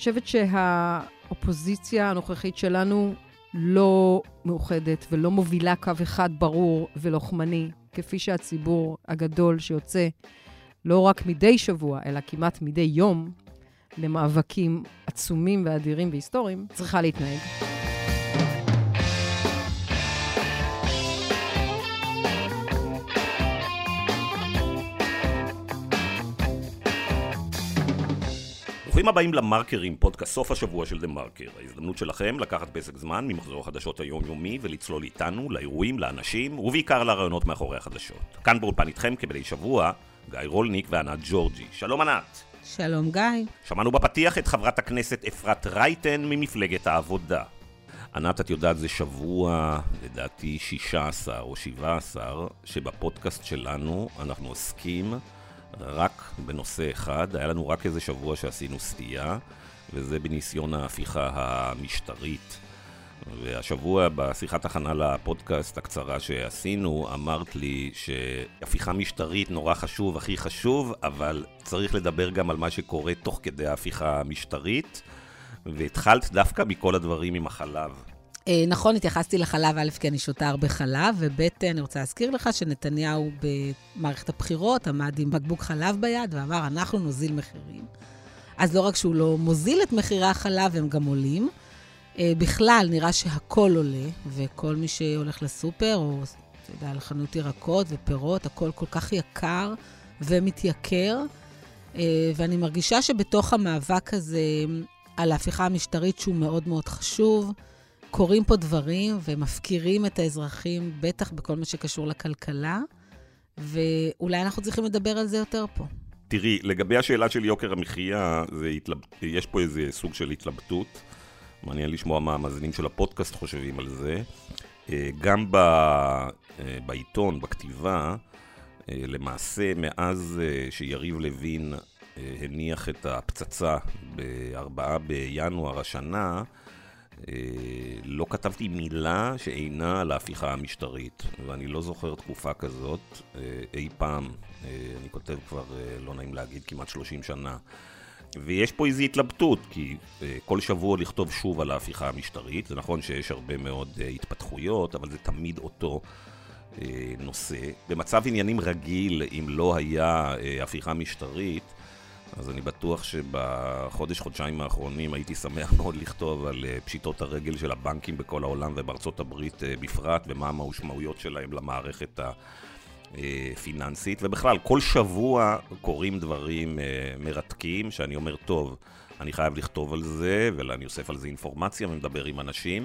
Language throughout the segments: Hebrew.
חושבת שהאופוזיציה הנוכחית שלנו לא מאוחדת ולא מובילה קו אחד ברור ולוחמני, כפי שהציבור הגדול שיוצא לא רק מדי שבוע, אלא כמעט מדי יום, למאבקים עצומים ואדירים והיסטוריים, צריכה להתנהג. ברוכים הבאים למרקרים, פודקאסט סוף השבוע של דה מרקר. ההזדמנות שלכם לקחת פסק זמן ממחזור החדשות היומיומי ולצלול איתנו לאירועים, לאנשים ובעיקר לרעיונות מאחורי החדשות. כאן באולפן איתכם כבדי שבוע, גיא רולניק וענת ג'ורג'י. שלום ענת. שלום גיא. שמענו בפתיח את חברת הכנסת אפרת רייטן ממפלגת העבודה. ענת, את יודעת, זה שבוע, לדעתי 16 או 17, שבפודקאסט שלנו אנחנו עוסקים רק בנושא אחד. היה לנו רק איזה שבוע שעשינו סטייה, וזה בניסיון ההפיכה המשטרית. והשבוע בשיחת הכנה לפודקאסט הקצרה שעשינו, אמרת לי שהפיכה משטרית נורא חשוב, הכי חשוב, אבל צריך לדבר גם על מה שקורה תוך כדי ההפיכה המשטרית, והתחלת דווקא מכל הדברים עם החלב. נכון, התייחסתי לחלב, א', כי אני שותה הרבה חלב, וב', אני רוצה להזכיר לך שנתניהו במערכת הבחירות עמד עם בקבוק חלב ביד, ואמר, אנחנו נוזיל מחירים. אז לא רק שהוא לא מוזיל את מחירי החלב, הם גם עולים. בכלל, נראה שהכל עולה, וכל מי שהולך לסופר, או אתה יודע, לחנות ירקות ופירות, הכל כל כך יקר ומתייקר. ואני מרגישה שבתוך המאבק הזה, על ההפיכה המשטרית שהוא מאוד מאוד חשוב, קוראים פה דברים ומפקירים את האזרחים, בטח בכל מה שקשור לכלכלה, ואולי אנחנו צריכים לדבר על זה יותר פה. תראי, לגבי השאלה של יוקר המחיה, יש פה איזה סוג של התלבטות. מעניין לשמוע מה המאזינים של הפודקאסט חושבים על זה. גם בעיתון, בכתיבה, למעשה מאז שיריב לוין הניח את הפצצה ב4 בינואר השנה, לא כתבתי מילה שאינה על ההפיכה המשטרית, ואני לא זוכר תקופה כזאת אי פעם. אני כותב כבר, לא נעים להגיד, כמעט 30 שנה. ויש פה איזו התלבטות, כי כל שבוע לכתוב שוב על ההפיכה המשטרית. זה נכון שיש הרבה מאוד התפתחויות, אבל זה תמיד אותו נושא. במצב עניינים רגיל, אם לא היה הפיכה משטרית, אז אני בטוח שבחודש-חודשיים האחרונים הייתי שמח מאוד לכתוב על פשיטות הרגל של הבנקים בכל העולם ובארצות הברית בפרט, ומה המשמעויות שלהם למערכת הפיננסית. ובכלל, כל שבוע קורים דברים מרתקים, שאני אומר, טוב, אני חייב לכתוב על זה, ואני אוסף על זה אינפורמציה ומדבר עם אנשים.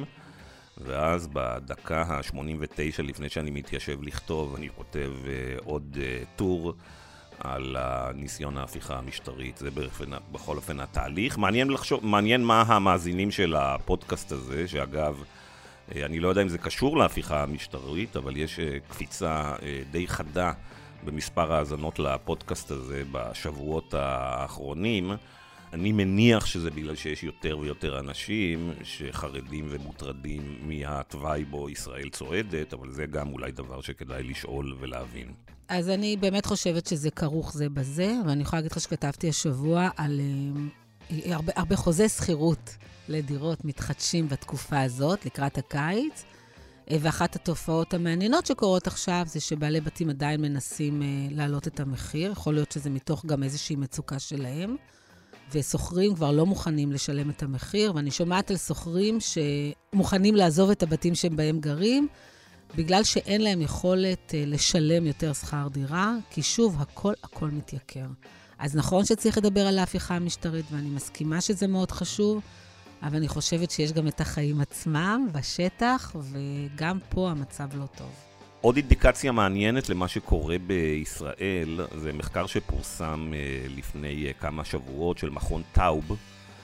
ואז בדקה ה-89 לפני שאני מתיישב לכתוב, אני כותב עוד טור על הניסיון ההפיכה המשטרית. זה בכל אופן התהליך. מעניין מה המאזינים של הפודקאסט הזה, שאגב, אני לא יודע אם זה קשור להפיכה המשטרית, אבל יש קפיצה די חדה במספר האזנות לפודקאסט הזה בשבועות האחרונים. אני מניח שזה בגלל שיש יותר ויותר אנשים שחרדים ומוטרדים מהתוואי בו ישראל צועדת, אבל זה גם אולי דבר שכדאי לשאול ולהבין. אז אני באמת חושבת שזה כרוך זה בזה, ואני יכולה להגיד לך שכתבתי השבוע על הרבה חוזי שכירות לדירות מתחדשים בתקופה הזאת, לקראת הקיץ, ואחת התופעות המעניינות שקורות עכשיו זה שבעלי בתים עדיין מנסים להעלות את המחיר, יכול להיות שזה מתוך גם איזושהי מצוקה שלהם, וסוחרים כבר לא מוכנים לשלם את המחיר, ואני שומעת על סוחרים שמוכנים לעזוב את הבתים שהם בהם גרים, בגלל שאין להם יכולת לשלם יותר שכר דירה, כי שוב, הכל מתייקר. אז נכון שצריך לדבר על ההפיכה המשטרית, ואני מסכימה שזה מאוד חשוב, אבל אני חושבת שיש גם את החיים עצמם בשטח, וגם פה המצב לא טוב. עוד אינדיקציה מעניינת למה שקורה בישראל, זה מחקר שפורסם לפני כמה שבועות של מכון טאוב,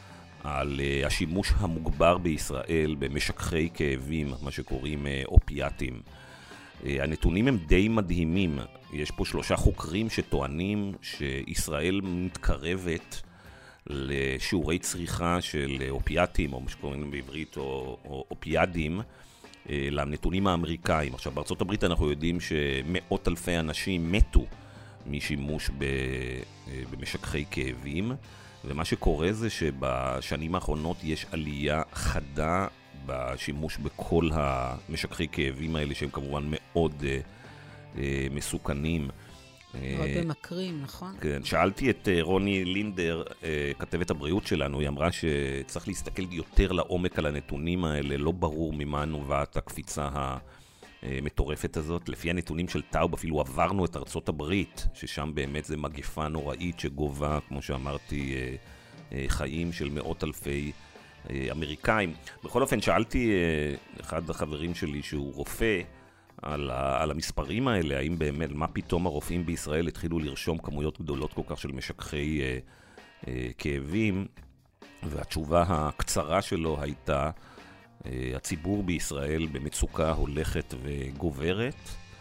על השימוש המוגבר בישראל במשככי כאבים, מה שקוראים אופיאטים. הנתונים הם די מדהימים. יש פה 3 חוקרים שטוענים שישראל מתקרבת לשיעורי צריכה של אופיאטים, או מה שקוראים בעברית, או אופיאדים, לנתונים האמריקאים. עכשיו, בארצות הברית אנחנו יודעים שמאות אלפי אנשים מתו משימוש במשככי כאבים. ומה שקורה זה שבשנים האחרונות יש עלייה חדה בשימוש בכל המשככי כאבים האלה, שהם כמובן מאוד מסוכנים. מאוד במקרים, נכון? כן, שאלתי את רוני לינדר, כתבת הבריאות שלנו, היא אמרה שצריך להסתכל יותר לעומק על הנתונים האלה, לא ברור ממה נובעת הקפיצה המטורפת הזאת. לפי הנתונים של טאוב אפילו עברנו את ארצות הברית, ששם באמת זה מגפה נוראית שגובה, כמו שאמרתי, חיים של מאות אלפי אמריקאים. בכל אופן, שאלתי אחד החברים שלי שהוא רופא, על המספרים האלה, האם באמת, מה פתאום הרופאים בישראל התחילו לרשום כמויות גדולות כל כך של משככי כאבים, והתשובה הקצרה שלו הייתה, הציבור בישראל במצוקה הולכת וגוברת,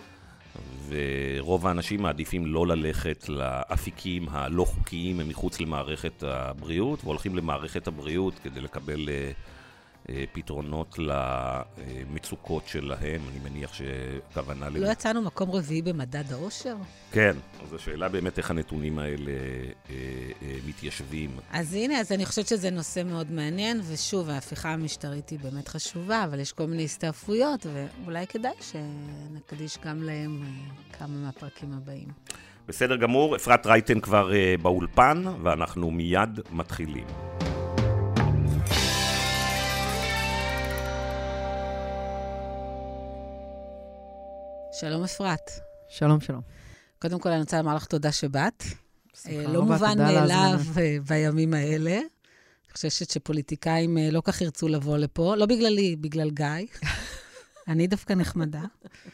ורוב האנשים מעדיפים לא ללכת לאפיקים הלא חוקיים מחוץ למערכת הבריאות, והולכים למערכת הבריאות כדי לקבל פתרונות למצוקות שלהם. אני מניח שכוונה... לא יצאנו מקום רביעי במדד האושר? כן, אז השאלה באמת איך הנתונים האלה מתיישבים. אז הנה, אז אני חושבת שזה נושא מאוד מעניין, ושוב, ההפיכה המשטרית היא באמת חשובה, אבל יש כל מיני הסתעפויות, ואולי כדאי שנקדיש גם להם כמה מהפרקים הבאים. בסדר גמור, אפרת רייטן כבר באולפן, ואנחנו מיד מתחילים. שלום אפרת. שלום, שלום. קודם כל, אני רוצה לומר לך תודה שבאת. לא מובן מאליו בימים האלה. אני חושבת שפוליטיקאים לא כך ירצו לבוא לפה, לא בגללי, בגלל גיא. אני דווקא נחמדה.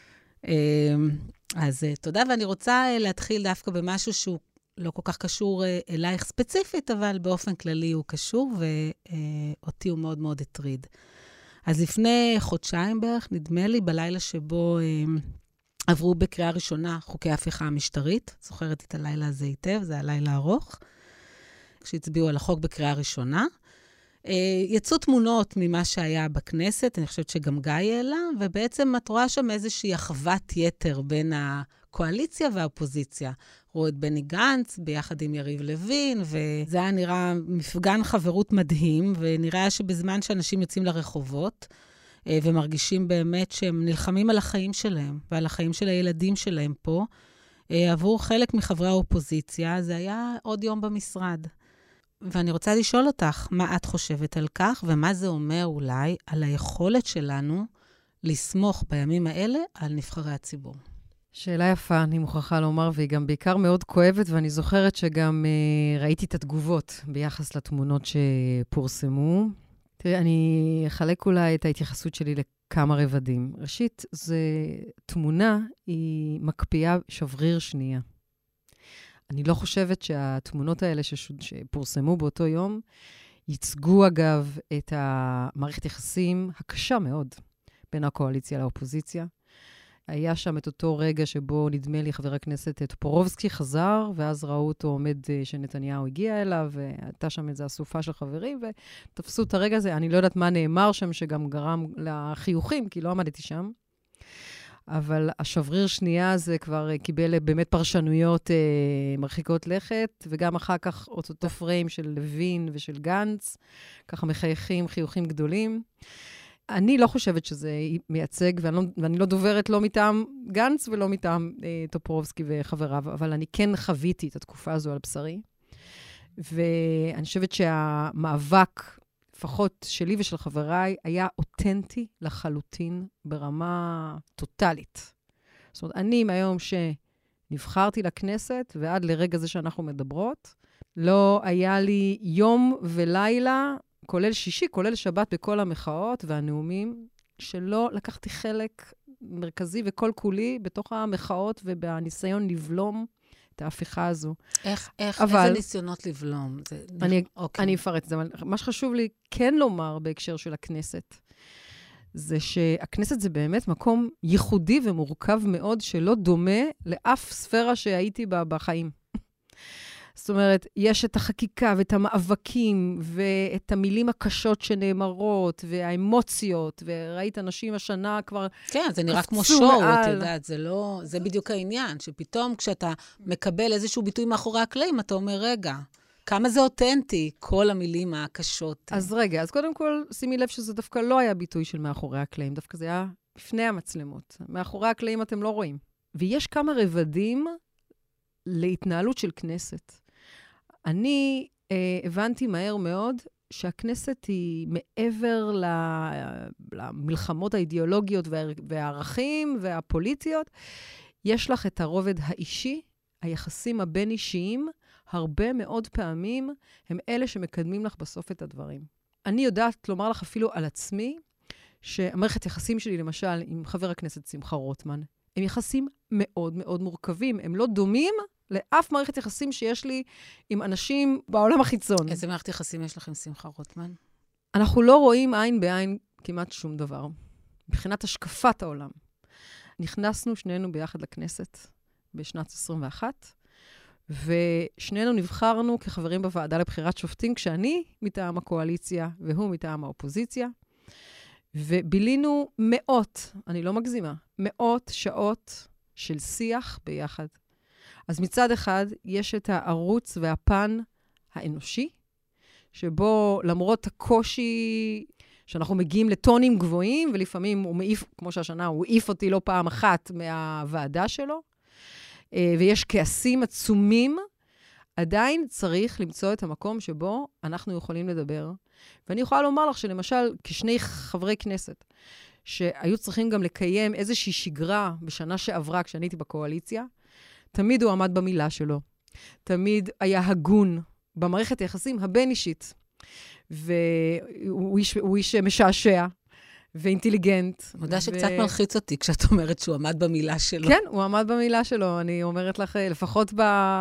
אז תודה, ואני רוצה להתחיל דווקא במשהו שהוא לא כל כך קשור אלייך ספציפית, אבל באופן כללי הוא קשור, ואותי הוא מאוד מאוד הטריד. אז לפני חודשיים בערך, נדמה לי, בלילה שבו עברו בקריאה ראשונה חוקי ההפיכה המשטרית, זוכרת את הלילה הזה היטב, זה הלילה ארוך, כשהצביעו על החוק בקריאה ראשונה. יצאו תמונות ממה שהיה בכנסת, אני חושבת שגם גיא העלה, ובעצם את רואה שם איזושהי אחוות יתר בין הקואליציה והאופוזיציה. ראו את בני גנץ ביחד עם יריב לוין, וזה היה נראה מפגן חברות מדהים, ונראה שבזמן שאנשים יוצאים לרחובות, ומרגישים באמת שהם נלחמים על החיים שלהם, ועל החיים של הילדים שלהם פה, עבור חלק מחברי האופוזיציה, זה היה עוד יום במשרד. ואני רוצה לשאול אותך, מה את חושבת על כך, ומה זה אומר אולי על היכולת שלנו לסמוך בימים האלה על נבחרי הציבור? שאלה יפה, אני מוכרחה לומר, והיא גם בעיקר מאוד כואבת, ואני זוכרת שגם ראיתי את התגובות ביחס לתמונות שפורסמו. תראי, אני אחלק אולי את ההתייחסות שלי לכמה רבדים. ראשית, תמונה היא מקפיאה שבריר שנייה. אני לא חושבת שהתמונות האלה שפורסמו באותו יום, ייצגו אגב את המערכת יחסים הקשה מאוד בין הקואליציה לאופוזיציה. היה שם את אותו רגע שבו נדמה לי חבר הכנסת טופורובסקי חזר, ואז ראו אותו עומד שנתניהו הגיע אליו, והייתה שם איזו אסופה של חברים, ותפסו את הרגע הזה. אני לא יודעת מה נאמר שם, שגם גרם לחיוכים, כי לא עמדתי שם. אבל השבריר שנייה הזה כבר קיבל באמת פרשנויות מרחיקות לכת, וגם אחר כך אותו פריים של לוין ושל גנץ, ככה מחייכים, חיוכים גדולים. אני לא חושבת שזה מייצג, ואני לא דוברת לא מטעם גנץ ולא מטעם טופורובסקי וחבריו, אבל אני כן חוויתי את התקופה הזו על בשרי, ואני חושבת שהמאבק, לפחות שלי ושל חבריי, היה אותנטי לחלוטין ברמה טוטלית. זאת אומרת, אני מהיום שנבחרתי לכנסת, ועד לרגע זה שאנחנו מדברות, לא היה לי יום ולילה, כולל שישי, כולל שבת בכל המחאות והנאומים, שלא לקחתי חלק מרכזי וכל כולי בתוך המחאות ובניסיון לבלום את ההפיכה הזו. איזה ניסיונות לבלום? אני אפרט את זה, אבל מה שחשוב לי כן לומר בהקשר של הכנסת, זה שהכנסת זה באמת מקום ייחודי ומורכב מאוד, שלא דומה לאף ספירה שהייתי בה בחיים. זאת אומרת, יש את החקיקה ואת המאבקים ואת המילים הקשות שנאמרות והאמוציות, וראית אנשים השנה כבר כן, זה נראה כמו שואו, את יודעת, זה בדיוק העניין, שפתאום כשאתה מקבל איזשהו ביטוי מאחורי הקלעים, אתה אומר, רגע, כמה זה אותנטי, כל המילים הקשות. אז רגע, אז קודם כל, שימי לב שזה דווקא לא היה ביטוי של מאחורי הקלעים, דווקא זה היה לפני המצלמות. מאחורי הקלעים אתם לא רואים. ויש כמה רבדים להתנהלות של כנסת. אני הבנתי מהר מאוד שהכנסת היא מעבר למלחמות האידיאולוגיות והערכים והפוליטיות. יש לך את הרובד האישי, היחסים הבין-אישיים, הרבה מאוד פעמים הם אלה שמקדמים לך בסוף את הדברים. אני יודעת לומר לך אפילו על עצמי, שהמערכת יחסים שלי, למשל, עם חבר הכנסת שמחה רוטמן, הם יחסים מאוד מאוד מורכבים. הם לא דומים לאף מערכת יחסים שיש לי עם אנשים בעולם החיצון. איזה מערכת יחסים יש לכם, שמחה רוטמן? אנחנו לא רואים עין בעין כמעט שום דבר. מבחינת השקפת העולם. נכנסנו שנינו ביחד לכנסת בשנת 21, ושנינו נבחרנו כחברים בוועדה לבחירת שופטים, כשאני מטעם הקואליציה והוא מטעם האופוזיציה, ובילינו מאות, אני לא מגזימה, מאות שעות של שיח ביחד. אז מצד אחד יש את הערוץ והפן האנושי, שבו למרות הקושי שאנחנו מגיעים לטונים גבוהים, ולפעמים הוא מעיף, כמו שהשנה, הוא העיף אותי לא פעם אחת מהוועדה שלו, ויש כעסים עצומים, עדיין צריך למצוא את המקום שבו אנחנו יכולים לדבר. ואני יכולה לומר לך שלמשל, כשני חברי כנסת, שהיו צריכים גם לקיים איזושהי שגרה בשנה שעברה, כשאני הייתי בקואליציה, תמיד הוא עמד במילה שלו. תמיד היה הגון במערכת היחסים הבין-אישית. והוא איש משעשע ואינטליגנט. מודה שקצת מלחיץ אותי כשאת אומרת שהוא עמד במילה שלו. כן, הוא עמד במילה שלו. אני אומרת לך, לפחות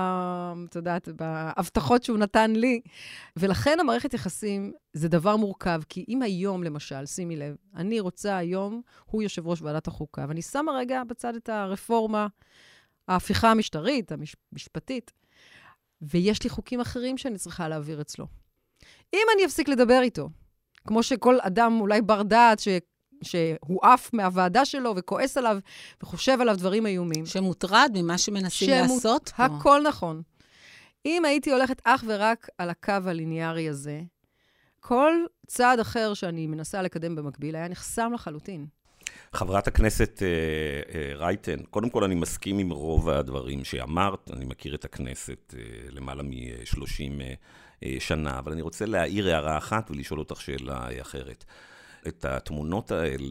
בהבטחות שהוא נתן לי. ולכן המערכת יחסים זה דבר מורכב, כי אם היום, למשל, שימי לב, אני רוצה היום, הוא יושב ראש ועדת החוקה, ואני שמה רגע בצד את הרפורמה, ההפיכה המשטרית, המשפטית, ויש לי חוקים אחרים שאני צריכה להעביר אצלו. אם אני אפסיק לדבר איתו, כמו שכל אדם אולי בר דעת שהוא עף מהוועדה שלו וכועס עליו וחושב עליו דברים איומים. שמוטרד ממה שמנסים לעשות פה. הכל נכון. אם הייתי הולכת אך ורק על הקו הליניארי הזה, כל צעד אחר שאני מנסה לקדם במקביל היה נחסם לחלוטין. חברת הכנסת רייטן, קודם כל אני מסכים עם רוב הדברים שאמרת, אני מכיר את הכנסת למעלה מ-30 שנה, אבל אני רוצה להעיר הערה אחת ולשאול אותך שאלה אחרת. את התמונות האלה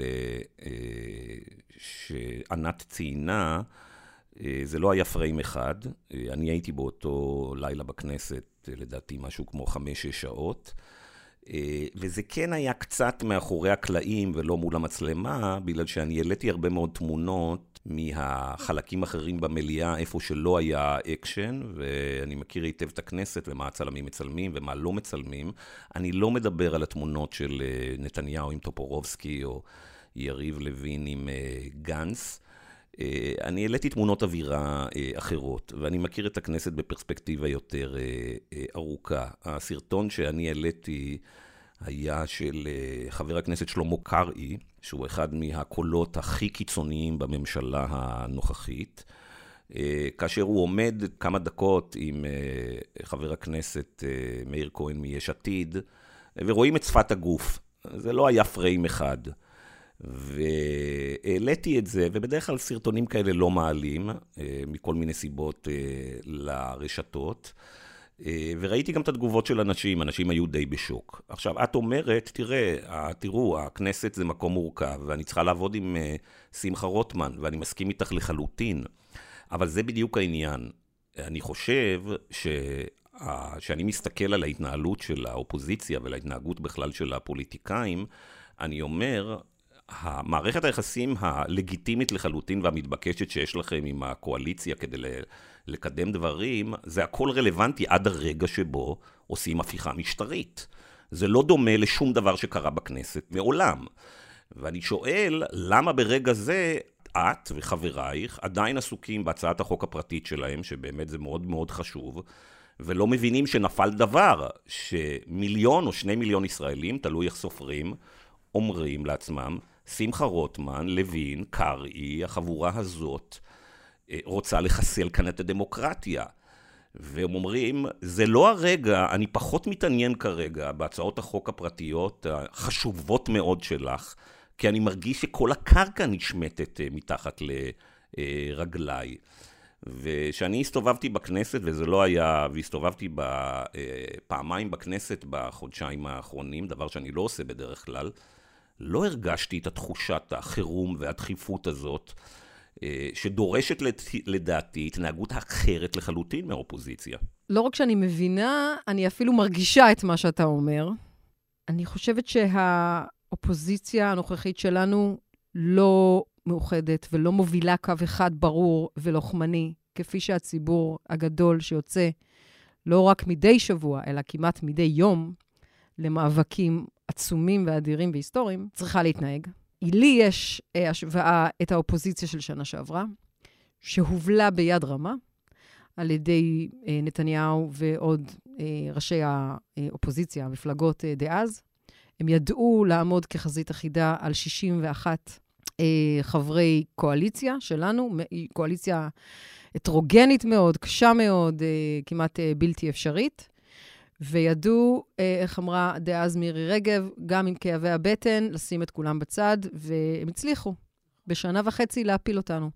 שענת ציינה, זה לא היה פריים אחד, אני הייתי באותו לילה בכנסת, לדעתי משהו כמו 5-6 שעות, וזה כן היה קצת מאחורי הקלעים ולא מול המצלמה, בגלל שאני העליתי הרבה מאוד תמונות מהחלקים אחרים במליאה, איפה שלא היה אקשן, ואני מכיר היטב את הכנסת ומה הצלמים מצלמים ומה לא מצלמים. אני לא מדבר על התמונות של נתניהו עם טופורובסקי או יריב לוין עם גנץ. אני העליתי תמונות אווירה אחרות, ואני מכיר את הכנסת בפרספקטיבה יותר ארוכה. הסרטון שאני העליתי היה של חבר הכנסת שלמה קרעי, שהוא אחד מהקולות הכי קיצוניים בממשלה הנוכחית, כאשר הוא עומד כמה דקות עם חבר הכנסת מאיר כהן מיש עתיד, ורואים את שפת הגוף. זה לא היה פריים אחד. והעליתי את זה, ובדרך כלל סרטונים כאלה לא מעלים, מכל מיני סיבות לרשתות, וראיתי גם את התגובות של אנשים, אנשים היו די בשוק. עכשיו, את אומרת, תראו, הכנסת זה מקום מורכב, ואני צריכה לעבוד עם שמחה רוטמן, ואני מסכים איתך לחלוטין, אבל זה בדיוק העניין. אני חושב שאני מסתכל על ההתנהלות של האופוזיציה, ולהתנהגות בכלל של הפוליטיקאים, אני אומר, המערכת היחסים הלגיטימית לחלוטין והמתבקשת שיש לכם עם הקואליציה כדי לקדם דברים, זה הכל רלוונטי עד הרגע שבו עושים הפיכה משטרית. זה לא דומה לשום דבר שקרה בכנסת מעולם. ואני שואל, למה ברגע זה את וחברייך עדיין עסוקים בהצעת החוק הפרטית שלהם, שבאמת זה מאוד מאוד חשוב, ולא מבינים שנפל דבר, שמיליון או 2 מיליון ישראלים, תלוי איך סופרים, אומרים לעצמם, שמחה רוטמן, לוין, קרעי, החבורה הזאת, רוצה לחסל כאן את הדמוקרטיה. והם אומרים, זה לא הרגע, אני פחות מתעניין כרגע בהצעות החוק הפרטיות החשובות מאוד שלך, כי אני מרגיש שכל הקרקע נשמטת מתחת לרגליי. ושאני הסתובבתי בכנסת, וזה לא היה, והסתובבתי פעמיים בכנסת בחודשיים האחרונים, דבר שאני לא עושה בדרך כלל, לא הרגשתי את התחושת החירום והדחיפות הזאת, שדורשת לדעתי התנהגות אחרת לחלוטין מהאופוזיציה. לא רק שאני מבינה, אני אפילו מרגישה את מה שאתה אומר. אני חושבת שהאופוזיציה הנוכחית שלנו לא מאוחדת ולא מובילה קו אחד ברור ולוחמני, כפי שהציבור הגדול שיוצא לא רק מדי שבוע, אלא כמעט מדי יום, למאבקים עצומים ואדירים והיסטוריים, צריכה להתנהג. לי יש השוואה את האופוזיציה של שנה שעברה, שהובלה ביד רמה על ידי נתניהו ועוד ראשי האופוזיציה, המפלגות דאז. הם ידעו לעמוד כחזית אחידה על 61 חברי קואליציה שלנו, קואליציה הטרוגנית מאוד, קשה מאוד, כמעט בלתי אפשרית. וידעו, איך אמרה דאז מירי רגב, גם עם כאבי הבטן, לשים את כולם בצד, והם הצליחו בשנה וחצי להפיל אותנו.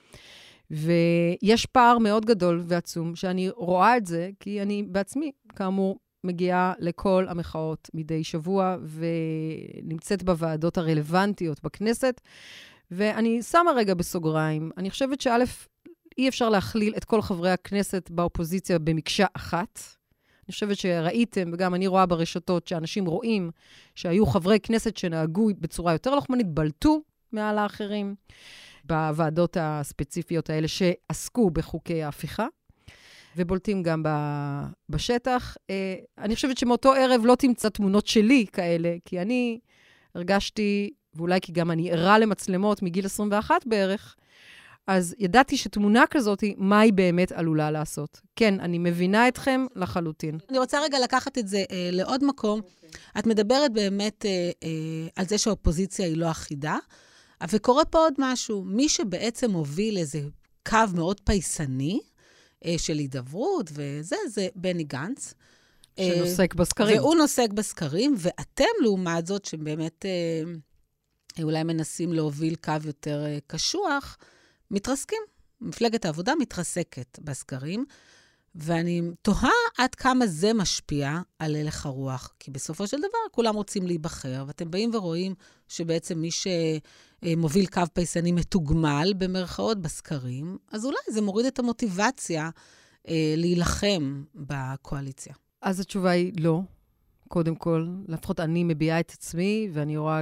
ויש פער מאוד גדול ועצום, שאני רואה את זה, כי אני בעצמי, כאמור, מגיעה לכל המחאות מדי שבוע, ונמצאת בוועדות הרלוונטיות בכנסת, ואני שמה רגע בסוגריים. אני חושבת שא', אי אפשר להכליל את כל חברי הכנסת באופוזיציה במקשה אחת, אני חושבת שראיתם, וגם אני רואה ברשתות, שאנשים רואים שהיו חברי כנסת שנהגו בצורה יותר לוחמנית, בלטו מעל האחרים, בוועדות הספציפיות האלה שעסקו בחוקי ההפיכה, ובולטים גם בשטח. אני חושבת שמאותו ערב לא תמצא תמונות שלי כאלה, כי אני הרגשתי, ואולי כי גם אני ערה למצלמות מגיל 21 בערך, אז ידעתי שתמונה כזאת, מה היא באמת עלולה לעשות. כן, אני מבינה אתכם לחלוטין. אני רוצה רגע לקחת את זה לעוד מקום. את מדברת באמת על זה שהאופוזיציה היא לא אחידה, וקורה פה עוד משהו. מי שבעצם מוביל איזה קו מאוד פייסני של הידברות, וזה, זה בני גנץ. שנוסק בסקרים. והוא נוסק בסקרים, ואתם לעומת זאת, שבאמת אולי מנסים להוביל קו יותר קשוח, מתרסקים. מפלגת העבודה מתרסקת בסקרים, ואני תוהה עד כמה זה משפיע על הלך הרוח, כי בסופו של דבר כולם רוצים להיבחר, ואתם באים ורואים שבעצם מי שמוביל קו פייסני מתוגמל במרכאות בסקרים, אז אולי זה מוריד את המוטיבציה להילחם בקואליציה. אז התשובה היא לא. קודם כל, לפחות אני מביעה את עצמי, ואני רואה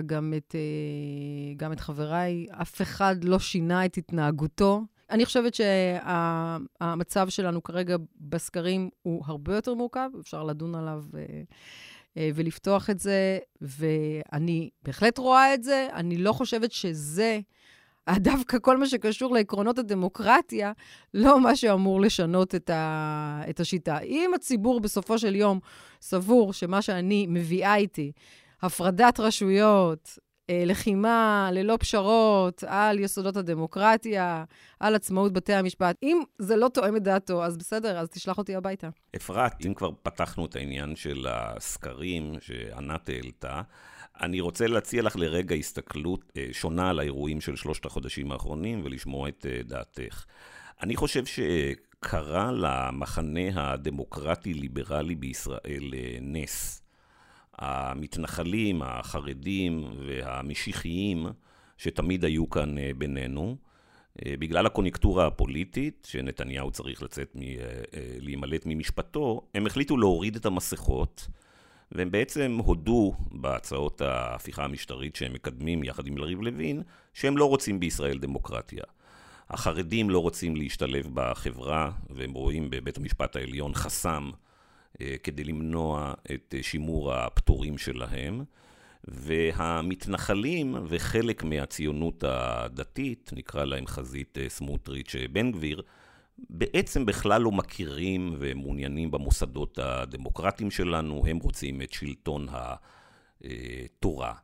גם את חבריי, אף אחד לא שינה את התנהגותו. אני חושבת שהמצב שלנו כרגע בסקרים הוא הרבה יותר מורכב, אפשר לדון עליו ולפתוח את זה, ואני בהחלט רואה את זה. אני לא חושבת שזה, דווקא כל מה שקשור לעקרונות הדמוקרטיה, לא מה שאמור לשנות את השיטה. אם הציבור בסופו של יום סבור שמה שאני מביאה איתי, הפרדת רשויות, לחימה ללא פשרות, על יסודות הדמוקרטיה, על עצמאות בתי המשפט, אם זה לא תואם את דעתו, אז בסדר, אז תשלח אותי הביתה. אפרת, אם כבר פתחנו את העניין של הסקרים שענת העלתה, אני רוצה להציע לך לרגע הסתכלות שונה על האירועים של 3 החודשים האחרונים, ולשמוע את דעתך. אני חושב שקרה למחנה הדמוקרטי-ליברלי בישראל נס. המתנחלים, החרדים והמשיחיים, שתמיד היו כאן בינינו, בגלל הקונקטורה הפוליטית, שנתניהו צריך להימלט ממשפטו, הם החליטו להוריד את המסכות, והם בעצם הודו בהצעות ההפיכה המשטרית שהם מקדמים יחד עם יריב לוין, שהם לא רוצים בישראל דמוקרטיה. החרדים לא רוצים להשתלב בחברה, והם רואים בבית המשפט העליון חסם כדי למנוע את שימור הפטורים שלהם. והמתנחלים וחלק מהציונות הדתית, נקרא להם חזית סמוטריץ' בן גביר, בעצם בכלל לא מכירים ומעוניינים במוסדות הדמוקרטיים שלנו, הם רוצים את שלטון התורה.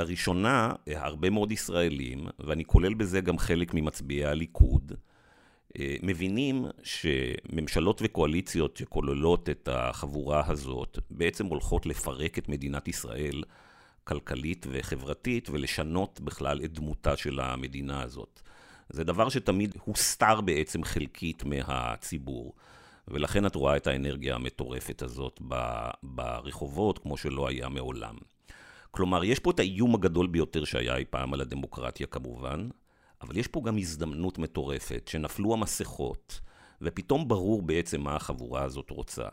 ולראשונה, הרבה מאוד ישראלים, ואני כולל בזה גם חלק ממצביעי הליכוד, מבינים שממשלות וקואליציות שכוללות את החבורה הזאת, בעצם הולכות לפרק את מדינת ישראל כלכלית וחברתית, ולשנות בכלל את דמותה של המדינה הזאת. זה דבר שתמיד הוסתר בעצם חלקית מהציבור, ולכן את רואה את האנרגיה המטורפת הזאת ברחובות, כמו שלא היה מעולם. כלומר, יש פה את האיום הגדול ביותר שהיה אי פעם על הדמוקרטיה כמובן, אבל יש פה גם הזדמנות מטורפת, שנפלו המסכות, ופתאום ברור בעצם מה החבורה הזאת רוצה.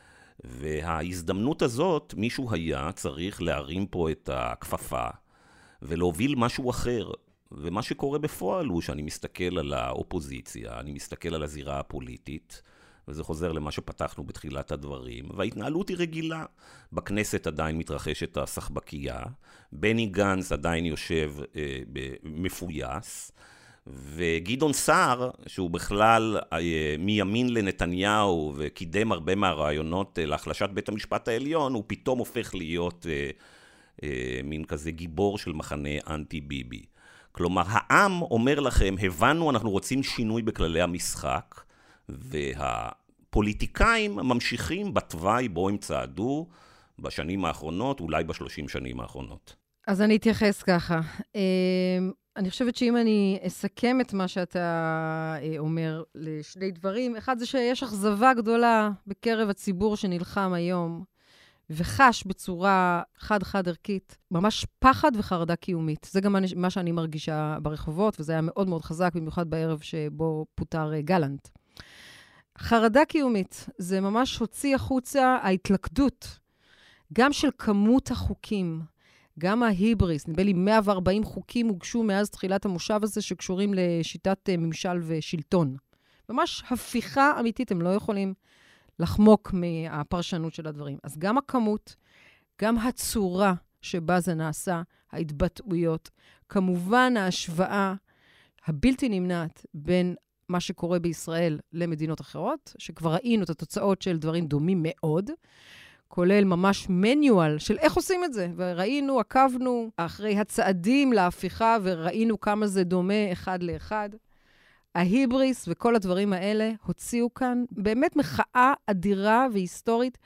וההזדמנות הזאת, מישהו היה צריך להרים פה את הכפפה, ולהוביל משהו אחר. ומה שקורה בפועל הוא שאני מסתכל על האופוזיציה, אני מסתכל על הזירה הפוליטית, וזה חוזר למה שפתחנו בתחילת הדברים, וההתנהלות היא רגילה. בכנסת עדיין מתרחשת הסחבקייה, בני גנץ עדיין יושב מפויס, וגדעון סער, שהוא בכלל מימין לנתניהו, וקידם הרבה מהרעיונות להחלשת בית המשפט העליון, הוא פתאום הופך להיות מין כזה גיבור של מחנה אנטי ביבי. כלומר, העם אומר לכם, הבנו, אנחנו רוצים שינוי בכללי המשחק, והפוליטיקאים ממשיכים בתוואי בו הם צעדו בשנים האחרונות, אולי ב30 שנים האחרונות. אז אני אתייחס ככה. אני חושבת שאם אני אסכם את מה שאתה אומר לשני דברים, אחד זה שיש אכזבה גדולה בקרב הציבור שנלחם היום, וחש בצורה חד ערכית, ממש פחד וחרדה קיומית. זה גם מה שאני מרגישה ברחובות, וזה היה מאוד מאוד חזק, במיוחד בערב שבו פוטר גלנט. חרדה קיומית, זה ממש הוציא החוצה ההתלכדות, גם של כמות החוקים, גם ההיבריס, נדמה לי 140 חוקים הוגשו מאז תחילת המושב הזה, שקשורים לשיטת ממשל ושלטון. ממש הפיכה אמיתית, הם לא יכולים לחמוק מהפרשנות של הדברים. אז גם הכמות, גם הצורה שבה זה נעשה, ההתבטאויות, כמובן ההשוואה הבלתי נמנעת בין מה שקורה בישראל למדינות אחרות, שכבר ראינו את התוצאות של דברים דומים מאוד, כולל ממש מניואל של איך עושים את זה. וראינו, עקבנו אחרי הצעדים להפיכה, וראינו כמה זה דומה אחד לאחד. ההיבריס וכל הדברים האלה הוציאו כאן באמת מחאה אדירה והיסטורית,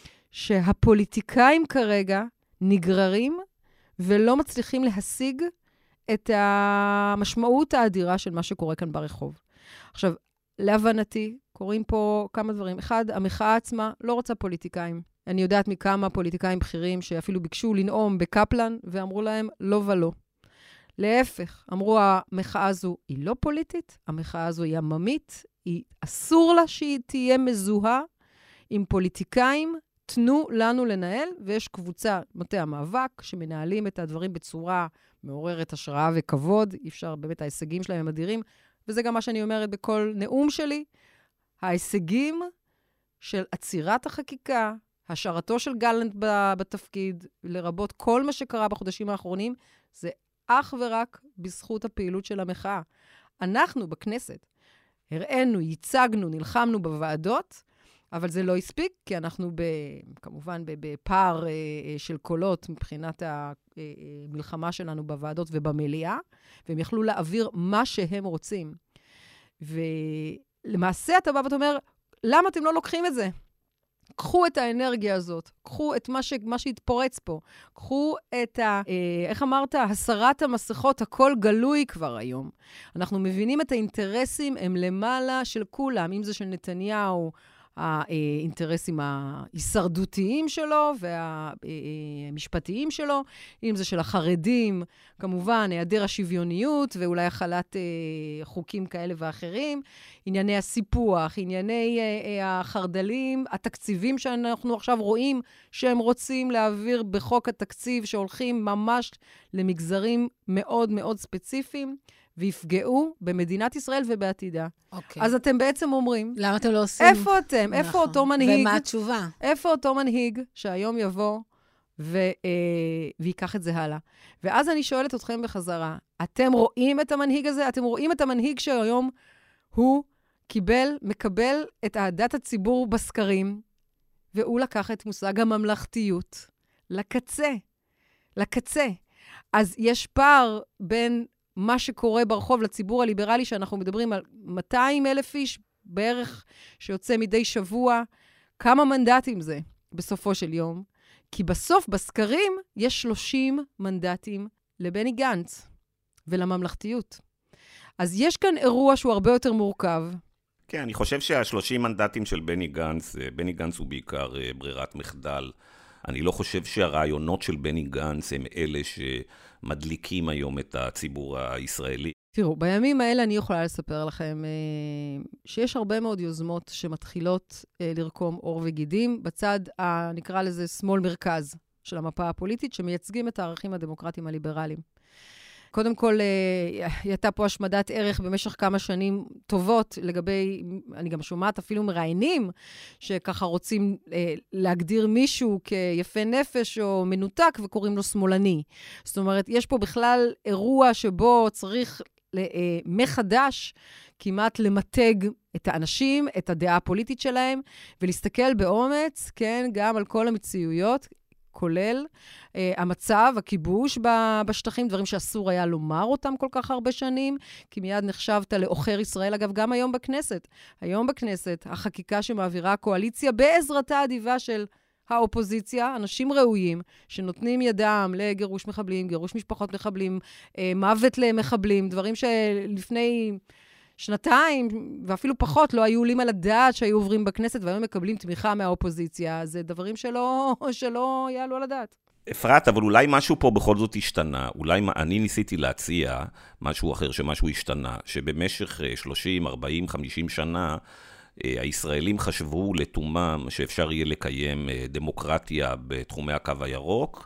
שהפוליטיקאים כרגע נגררים ולא מצליחים להשיג את המשמעות האדירה של מה שקורה כאן ברחוב. עכשיו, להבנתי, קוראים פה כמה דברים. אחד, המחאה עצמה לא רוצה פוליטיקאים. אני יודעת מכמה פוליטיקאים בכירים שאפילו ביקשו לנאום בקפלן, ואמרו להם לא ולא. להפך, אמרו, המחאה הזו היא לא פוליטית, המחאה הזו היא עממית, אסור לה שהיא תהיה מזוהה עם פוליטיקאים, תנו לנו לנהל, ויש קבוצה, מטה המאבק, שמנהלים את הדברים בצורה מעוררת השראה וכבוד, אי אפשר, באמת ההישגים שלהם הם אדירים, וזה גם מה שאני אומרת בכל נאום שלי, ההישגים של עצירת החקיקה, השארתו של גלנט בתפקיד, לרבות כל מה שקרה בחודשים האחרונים, זה אך ורק בזכות הפעילות של המחאה. אנחנו בכנסת הראינו, ייצגנו, נלחמנו בוועדות, אבל זה לא הספיק, כי אנחנו כמובן בפער של קולות מבחינת המלחמה שלנו בוועדות ובמליאה, והם יכלו להעביר מה שהם רוצים. ולמעשה אתה בא ואתה אומר, למה אתם לא לוקחים את זה? קחו את האנרגיה הזאת, קחו את מה שהתפורץ פה, קחו את איך אמרת? הסרת המסכות, הכל גלוי כבר היום. אנחנו מבינים את האינטרסים, הם למעלה של כולם, אם זה של נתניהו, האינטרסים ההישרדותיים שלו והמשפטיים שלו, אם זה של החרדים, כמובן, היעדר השוויוניות ואולי החלת חוקים כאלה ואחרים, ענייני הסיפוח, ענייני החרדלים, התקציבים שאנחנו עכשיו רואים שהם רוצים להעביר בחוק התקציב, שהולכים ממש למגזרים מאוד מאוד ספציפיים, ויפגעו במדינת ישראל ובעתידה. אוקיי. אז אתם בעצם אומרים, למה אתם לא עושים? איפה אתם? נכון. איפה אותו מנהיג? ומה התשובה? איפה אותו מנהיג שהיום יבוא ויקח את זה הלאה? ואז אני שואלת אתכם בחזרה, אתם רואים את המנהיג הזה? אתם רואים את המנהיג שהיום הוא מקבל את אהדת הציבור בסקרים, והוא לקח את מושג הממלכתיות לקצה. אז יש פער בין מה שקורה ברחוב לציבור הליברלי, שאנחנו מדברים על 200,000 איש בערך שיוצא מדי שבוע, כמה מנדטים זה בסופו של יום? כי בסוף, בסקרים, יש 30 מנדטים לבני גנץ ולממלכתיות. אז יש כאן אירוע שהוא הרבה יותר מורכב. כן, אני חושב שה30 מנדטים של בני גנץ הוא בעיקר ברירת מחדל. אני לא חושב שהרעיונות של בני גנץ הם אלה שמדליקים היום את הציבור הישראלי. תראו, בימים האלה אני יכולה לספר לכם שיש הרבה מאוד יוזמות שמתחילות לרקום עור וגידים, בצד, נקרא לזה, שמאל מרכז של המפה הפוליטית, שמייצגים את הערכים הדמוקרטיים הליברליים. קודם כל, הייתה פה השמדת ערך במשך כמה שנים טובות לגבי, אני גם שומעת אפילו מראיינים, שככה רוצים להגדיר מישהו כיפה נפש או מנותק וקוראים לו שמאלני. זאת אומרת, יש פה בכלל אירוע שבו צריך מחדש כמעט למתג את האנשים, את הדעה הפוליטית שלהם, ולהסתכל באומץ, כן, גם על כל המציאויות, כולל המצב, הכיבוש בשטחים, דברים שאסור היה לומר אותם כל כך הרבה שנים, כי מיד נחשבת לאוחר ישראל, אגב, גם היום בכנסת. היום בכנסת, החקיקה שמעבירה הקואליציה בעזרתה האדיבה של האופוזיציה, אנשים ראויים, שנותנים ידם לגירוש מחבלים, גירוש משפחות מחבלים, מוות למחבלים, דברים שלפני שנתיים, ואפילו פחות, לא היו עולים על הדעת שהיו עוברים בכנסת, והיום מקבלים תמיכה מהאופוזיציה. זה דברים שלא יעלו על הדעת. אפרת, אבל אולי משהו פה בכל זאת השתנה. אולי אני ניסיתי להציע משהו אחר, שמשהו השתנה, שבמשך 30, 40, 50 שנה, הישראלים חשבו לתומם שאפשר יהיה לקיים דמוקרטיה בתחומי הקו הירוק,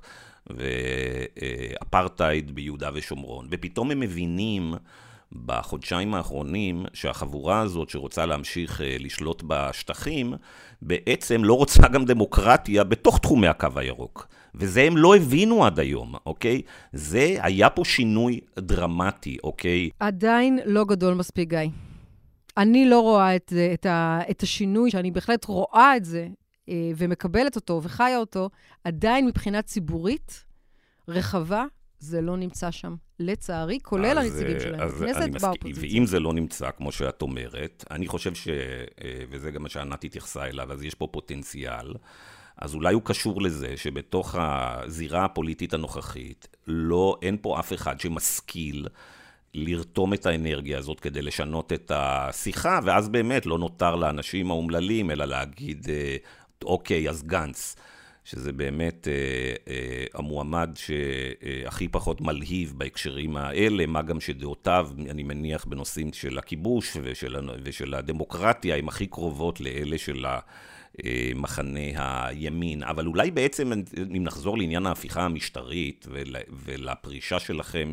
ואפרטייד ביהודה ושומרון. ופתאום הם מבינים בחודשיים האחרונים שהחבורה הזאת שרוצה להמשיך לשלוט בשטחים, בעצם לא רוצה גם דמוקרטיה בתוך תחומי הקו הירוק. וזה הם לא הבינו עד היום, אוקיי? זה היה פה שינוי דרמטי, אוקיי? עדיין לא גדול מספיק, גיא. אני לא רואה את השינוי, שאני בהחלט רואה את זה, ומקבלת אותו וחיה אותו, עדיין מבחינה ציבורית, רחבה, זה לא נמצא שם. לצערי, כולל הנציגים שלהם בכנסת באופוזיציה. ואם זה לא נמצא, כמו שאת אומרת, אני חושב וזה גם מה שענת התייחסה אליו, אז יש פה פוטנציאל, אז אולי הוא קשור לזה שבתוך הזירה הפוליטית הנוכחית, אין פה אף אחד שמשכיל לרתום את האנרגיה הזאת כדי לשנות את השיחה, ואז באמת לא נותר לאנשים האומללים, אלא להגיד, אוקיי, אז גנץ, שזה באמת המועמד שהכי פחות מלהיב בהקשרים האלה, מה גם שדעותיו, אני מניח, בנושאים של הכיבוש ושל הדמוקרטיה, הם הכי קרובות לאלה של מחנה הימין. אבל אולי בעצם, אם נחזור לעניין ההפיכה המשטרית ולפרישה שלכם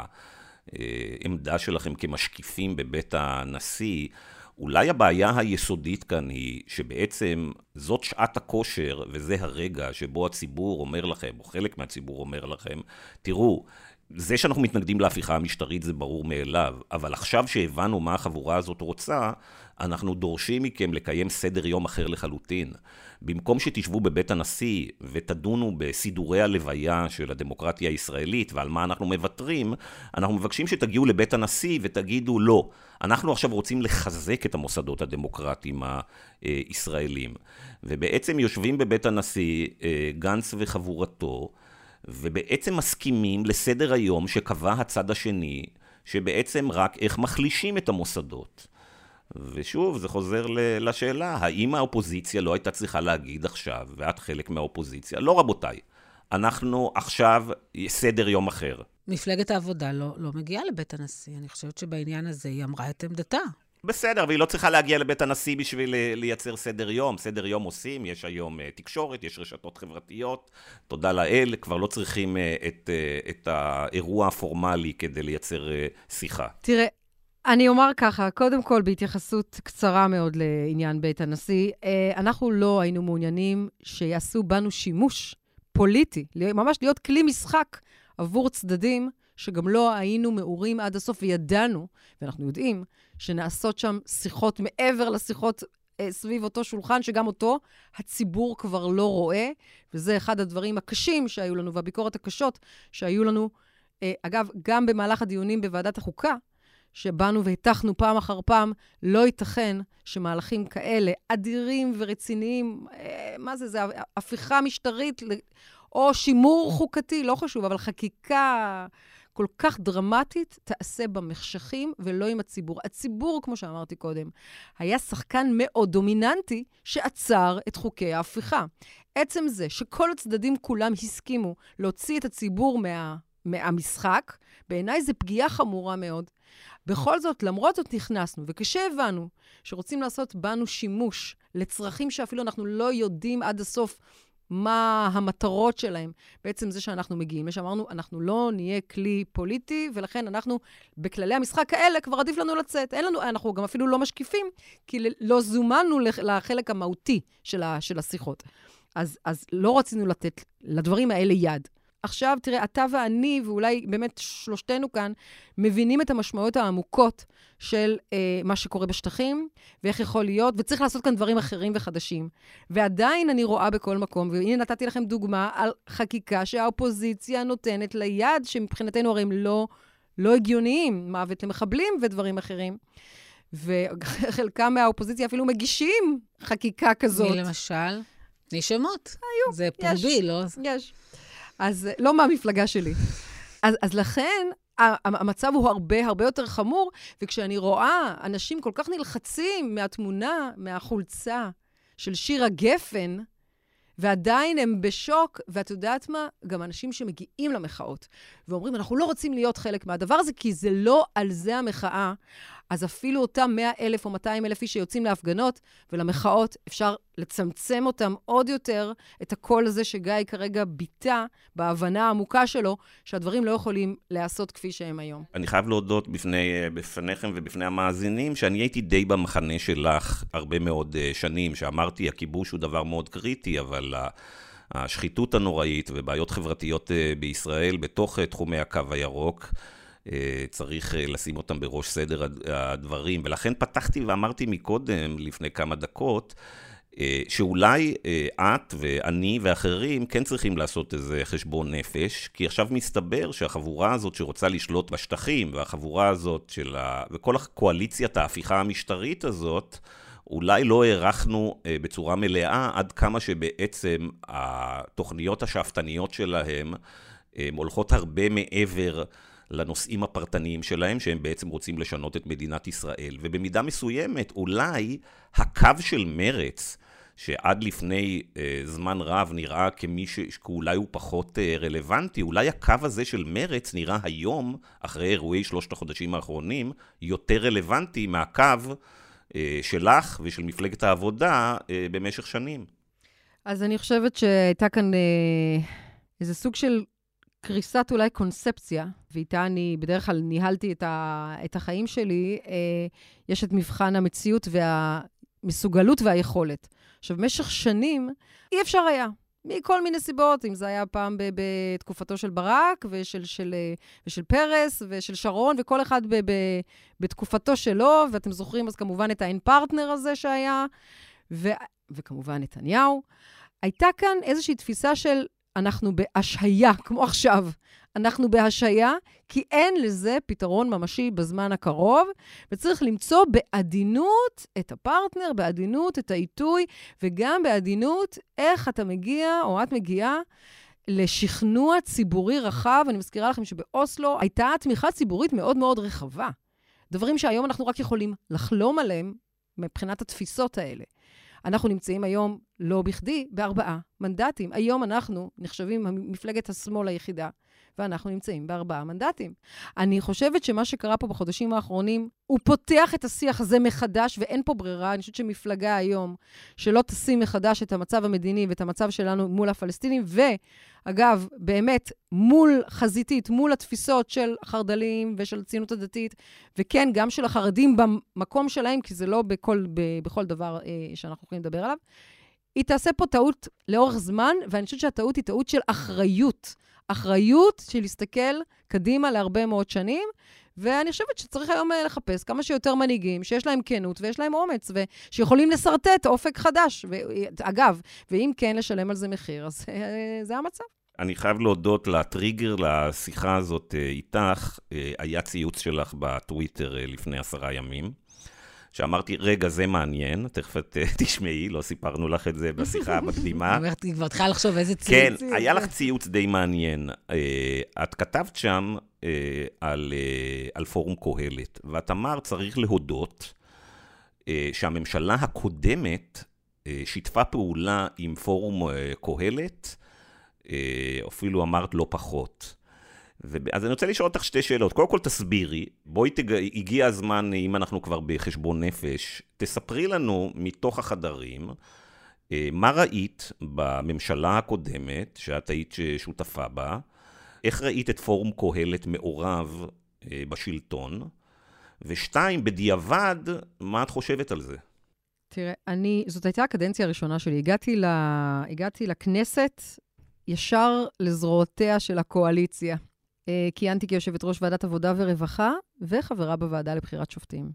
העמדה שלכם כמשקיפים בבית הנשיא, אולי הבעיה היסודית כאן היא שבעצם זאת שעת הכושר, וזה הרגע שבו הציבור אומר לכם, או חלק מהציבור אומר לכם, תראו, זה שאנחנו מתנגדים להפיכה המשטרית זה ברור מאליו, אבל עכשיו שהבנו מה החבורה הזאת רוצה, אנחנו דורשים מכם לקיים סדר יום אחר לחלוטין. במקום שתשבו בבית הנשיא ותדונו בסידורי הלוויה של הדמוקרטיה הישראלית ועל מה אנחנו מבטרים, אנחנו מבקשים שתגיעו לבית הנשיא ותגידו לא. אנחנו עכשיו רוצים לחזק את המוסדות הדמוקרטיים הישראלים. ובעצם יושבים בבית הנשיא גנץ וחבורתו, ובעצם מסכימים לסדר היום שקבע הצד השני, שבעצם רק איך מחלישים את המוסדות. ושוב, זה חוזר לשאלה, האם האופוזיציה לא הייתה צריכה להגיד עכשיו, ואת חלק מהאופוזיציה? לא רבותיי, אנחנו עכשיו סדר יום אחר. מפלגת העבודה לא מגיעה לבית הנשיא, אני חושבת שבעניין הזה היא אמרה את עמדתה. בסדר, והיא לא צריכה להגיע לבית הנשיא בשביל לייצר סדר יום. סדר יום עושים, יש היום תקשורת, יש רשתות חברתיות. תודה לאל, כבר לא צריכים את האירוע הפורמלי כדי לייצר שיחה. תראה, אני אומר ככה, קודם כל בהתייחסות קצרה מאוד לעניין בית הנשיא, אנחנו לא היינו מעוניינים שיעשו בנו שימוש פוליטי, ממש להיות כלי משחק עבור צדדים שגם לא היינו מעורים עד הסוף וידענו, ואנחנו יודעים, שנעשות שם שיחות מעבר לשיחות סביב אותו שולחן, שגם אותו הציבור כבר לא רואה, וזה אחד הדברים הקשים שהיו לנו, והביקורת הקשות שהיו לנו אגב, גם במהלך הדיונים בוועדת החוקה, שבאנו והתחנו פעם אחר פעם, לא ייתכן שמהלכים כאלה, אדירים ורציניים, מה זה? זה הפיכה משטרית, או שימור חוקתי, לא חשוב, אבל חקיקה כל כך דרמטית תעשה במחשכים ולא עם הציבור. הציבור, כמו שאמרתי קודם, היה שחקן מאוד דומיננטי שעצר את חוקי ההפיכה. עצם זה שכל הצדדים כולם הסכימו להוציא את הציבור מהמשחק, בעיניי זה פגיעה חמורה מאוד. בכל זאת, למרות זאת נכנסנו, וכשהבנו שרוצים לעשות בנו שימוש לצרכים שאפילו אנחנו לא יודעים עד הסוף מה המטרות שלהם. בעצם זה שאנחנו מגיעים, שאמרנו, אנחנו לא נהיה כלי פוליטי, ולכן אנחנו, בכללי המשחק האלה, כבר עדיף לנו לצאת. אנחנו גם אפילו לא משקיפים, כי לא זומנו לחלק המהותי של השיחות. אז לא רצינו לתת לדברים האלה יד. עכשיו, תראה, אתה ואני, ואולי באמת שלושתנו כאן, מבינים את המשמעויות העמוקות של מה שקורה בשטחים, ואיך יכול להיות, וצריך לעשות כאן דברים אחרים וחדשים. ועדיין אני רואה בכל מקום, והנה נתתי לכם דוגמה על חקיקה שהאופוזיציה נותנת ליד, שמבחינתנו הרי הם לא הגיוניים, מוות למחבלים ודברים אחרים. וחלקם מהאופוזיציה אפילו מגישים חקיקה כזאת. מי למשל? נשמות. היו. זה פומבי, לא? יש. אז לא מהמפלגה שלי. אז לכן, המצב הוא הרבה הרבה יותר חמור, וכשאני רואה אנשים כל כך נלחצים מהתמונה, מהחולצה של שיר הגפן, ועדיין הם בשוק, ואת יודעת מה? גם אנשים שמגיעים למחאות, ואומרים, אנחנו לא רוצים להיות חלק מהדבר הזה, כי זה לא על זה המחאה, אז אפילו אותם 100,000 או 200,000 איש שיוצאים להפגנות ולמחאות, אפשר לצמצם אותם עוד יותר, את הקול הזה שגיא כרגע ביטא בהבנה העמוקה שלו, שהדברים לא יכולים לעשות כפי שהם היום. אני חייב להודות בפניכם ובפני המאזינים, שאני הייתי די במחנה שלך הרבה מאוד שנים, שאמרתי, הכיבוש הוא דבר מאוד קריטי, אבל השחיתות הנוראית ובעיות חברתיות בישראל, בתוך תחומי הקו הירוק, צריך לשים אותם בראש סדר הדברים, ולכן פתחתי ואמרתי מקודם, לפני כמה דקות, שאולי את ואני ואחרים כן צריכים לעשות איזה חשבון נפש, כי עכשיו מסתבר שהחבורה הזאת שרוצה לשלוט בשטחים, והחבורה הזאת וכל הקואליציית ההפיכה המשטרית הזאת, אולי לא הערכנו בצורה מלאה עד כמה שבעצם התוכניות השאפתניות שלהם הולכות הרבה מעבר לנושאים הפרטניים שלהם, שהם בעצם רוצים לשנות את מדינת ישראל. ובמידה מסוימת, אולי הקו של מרץ, שעד לפני זמן רב נראה כמי שאולי הוא פחות רלוונטי, אולי הקו הזה של מרץ נראה היום, אחרי אירועי 3 החודשים האחרונים, יותר רלוונטי מהקו שלך ושל מפלגת העבודה במשך שנים. אז אני חושבת שהייתה כאן איזה סוג של קריסת אולי קונספציה, ואיתה אני בדרך כלל ניהלתי את החיים שלי, יש את מבחן המציאות והמסוגלות והיכולת. עכשיו, במשך שנים אי אפשר היה, מכל מיני סיבות, אם זה היה פעם בתקופתו של ברק, ושל פרס, ושל שרון, וכל אחד בתקופתו שלו, ואתם זוכרים אז כמובן את האין פרטנר הזה שהיה, וכמובן נתניהו. הייתה כאן איזושהי תפיסה של אנחנו בהשהיה, כמו עכשיו. אנחנו בהשהיה, כי אין לזה פתרון ממשי בזמן הקרוב, וצריך למצוא בעדינות את הפרטנר, בעדינות את העיתוי, וגם בעדינות איך אתה מגיע, או את מגיעה, לשכנוע ציבורי רחב. אני מזכירה לכם שבאוסלו הייתה תמיכה ציבורית מאוד מאוד רחבה. דברים שהיום אנחנו רק יכולים לחלום עליהם, מבחינת התפיסות האלה. אנחנו נמצאים היום לא בכדי ב4 מנדטים. היום אנחנו נחשבים מפלגת השמאל היחידה, ואנחנו נמצאים ב4 מנדטים. אני חושבת שמה שקרה פה בחודשים האחרונים, הוא פותח את השיח הזה מחדש, ואין פה ברירה. אני חושבת שמפלגה היום, שלא תשים מחדש את המצב המדיני ואת המצב שלנו מול הפלסטינים, ואגב, באמת, מול חזיתית, מול התפיסות של החרד"לים ושל הציונות הדתית, וכן, גם של החרדים במקום שלהם, כי זה לא בכל דבר שאנחנו יכולים לדבר עליו, היא תעשה פה טעות לאורך זמן, ואני חושבת שהטעות היא טעות של אחריות. אחריות של להסתכל קדימה להרבה מאוד שנים, ואני חושבת שצריך היום לחפש כמה שיותר מנהיגים, שיש להם כנות ויש להם אומץ, ושיכולים לסרטט אופק חדש. אגב, ואם כן לשלם על זה מחיר, אז זה המצב. אני חייב להודות לטריגר לשיחה הזאת איתך, היה ציוץ שלך בטוויטר לפני 10 ימים, שאמרתי, רגע, זה מעניין, תכף את תשמעי, לא סיפרנו לך את זה בשיחה המקדימה. אמרתי, כבר התחילה לחשוב איזה ציוץ. כן, היה לך ציוץ די מעניין. את כתבת שם על פורום קהלת, ואת אמרת, צריך להודות שהממשלה הקודמת שיתפה פעולה עם פורום קהלת, אפילו אמרת לא פחות. אז אני רוצה לשאול אותך 2 שאלות. קודם כל תסבירי, הגיע הזמן, אם אנחנו כבר בחשבון נפש, תספרי לנו מתוך החדרים, מה ראית בממשלה הקודמת, שאת היית שותפה בה, איך ראית את פורום קהלת מעורב בשלטון, ו2, בדיעבד, מה את חושבת על זה? תראה, זאת הייתה הקדנציה הראשונה שלי. הגעתי לכנסת ישר לזרועותיה של הקואליציה. כיהנתי כיושבת ראש ועדת עבודה ורווחה, וחברה בוועדה לבחירת שופטים.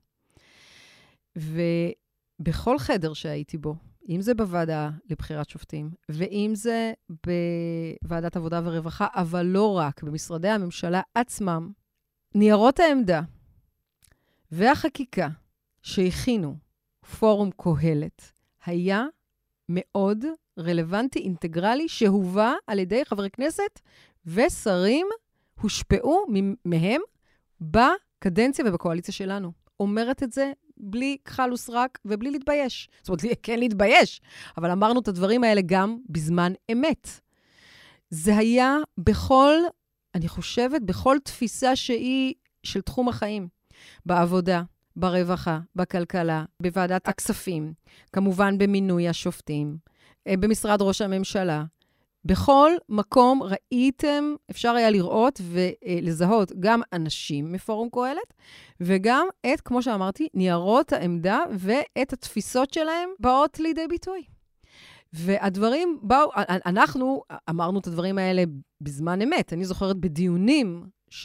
ובכל חדר שהייתי בו, אם זה בוועדה לבחירת שופטים, ואם זה בוועדת עבודה ורווחה, אבל לא רק, במשרדי הממשלה עצמם, ניירות העמדה והחקיקה שהכינו פורום קהלת, היה מאוד רלוונטי, אינטגרלי, שהובא על ידי חברי כנסת ושרים הושפעו מהם בקדנציה ובקואליציה שלנו. אומרת את זה בלי כחל וסרק ובלי להתבייש. זאת אומרת, כן להתבייש, אבל אמרנו את הדברים האלה גם בזמן אמת. זה היה אני חושבת, בכל תפיסה שהיא של תחום החיים, בעבודה, ברווחה, בכלכלה, בוועדת הכספים, כמובן במינוי השופטים, במשרד ראש הממשלה. בכל מקום ראיתם, אפשר היה לראות ולזהות גם אנשים מפורום קהלת, וגם את, כמו שאמרתי, ניירות העמדה ואת התפיסות שלהם באות לידי ביטוי. והדברים באו, אנחנו אמרנו את הדברים האלה בזמן אמת. אני זוכרת בדיונים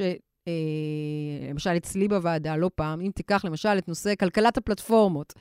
למשל אצלי בוועדה, לא פעם, אם תיקח למשל את נושא כלכלת הפלטפורמות,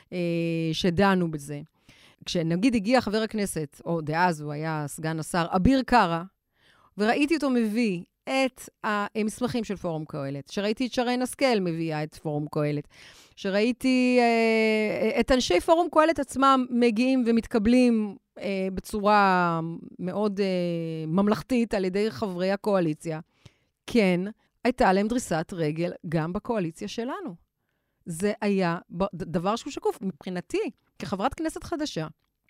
שדנו בזה. כשנגיד הגיע חבר הכנסת, או דאז הוא היה סגן השר, אביר קארה, וראיתי אותו מביא את המסמכים של פורום קהלת, שראיתי את שרן השכל מביאה את פורום קהלת, שראיתי את אנשי פורום קהלת עצמם מגיעים ומתקבלים בצורה מאוד ממלכתית על ידי חברי הקואליציה. כן, הייתה להם דריסת רגל גם בקואליציה שלנו. זה היה דבר שהוא שקוף. מבחינתי, כחברת כנסת חדשה,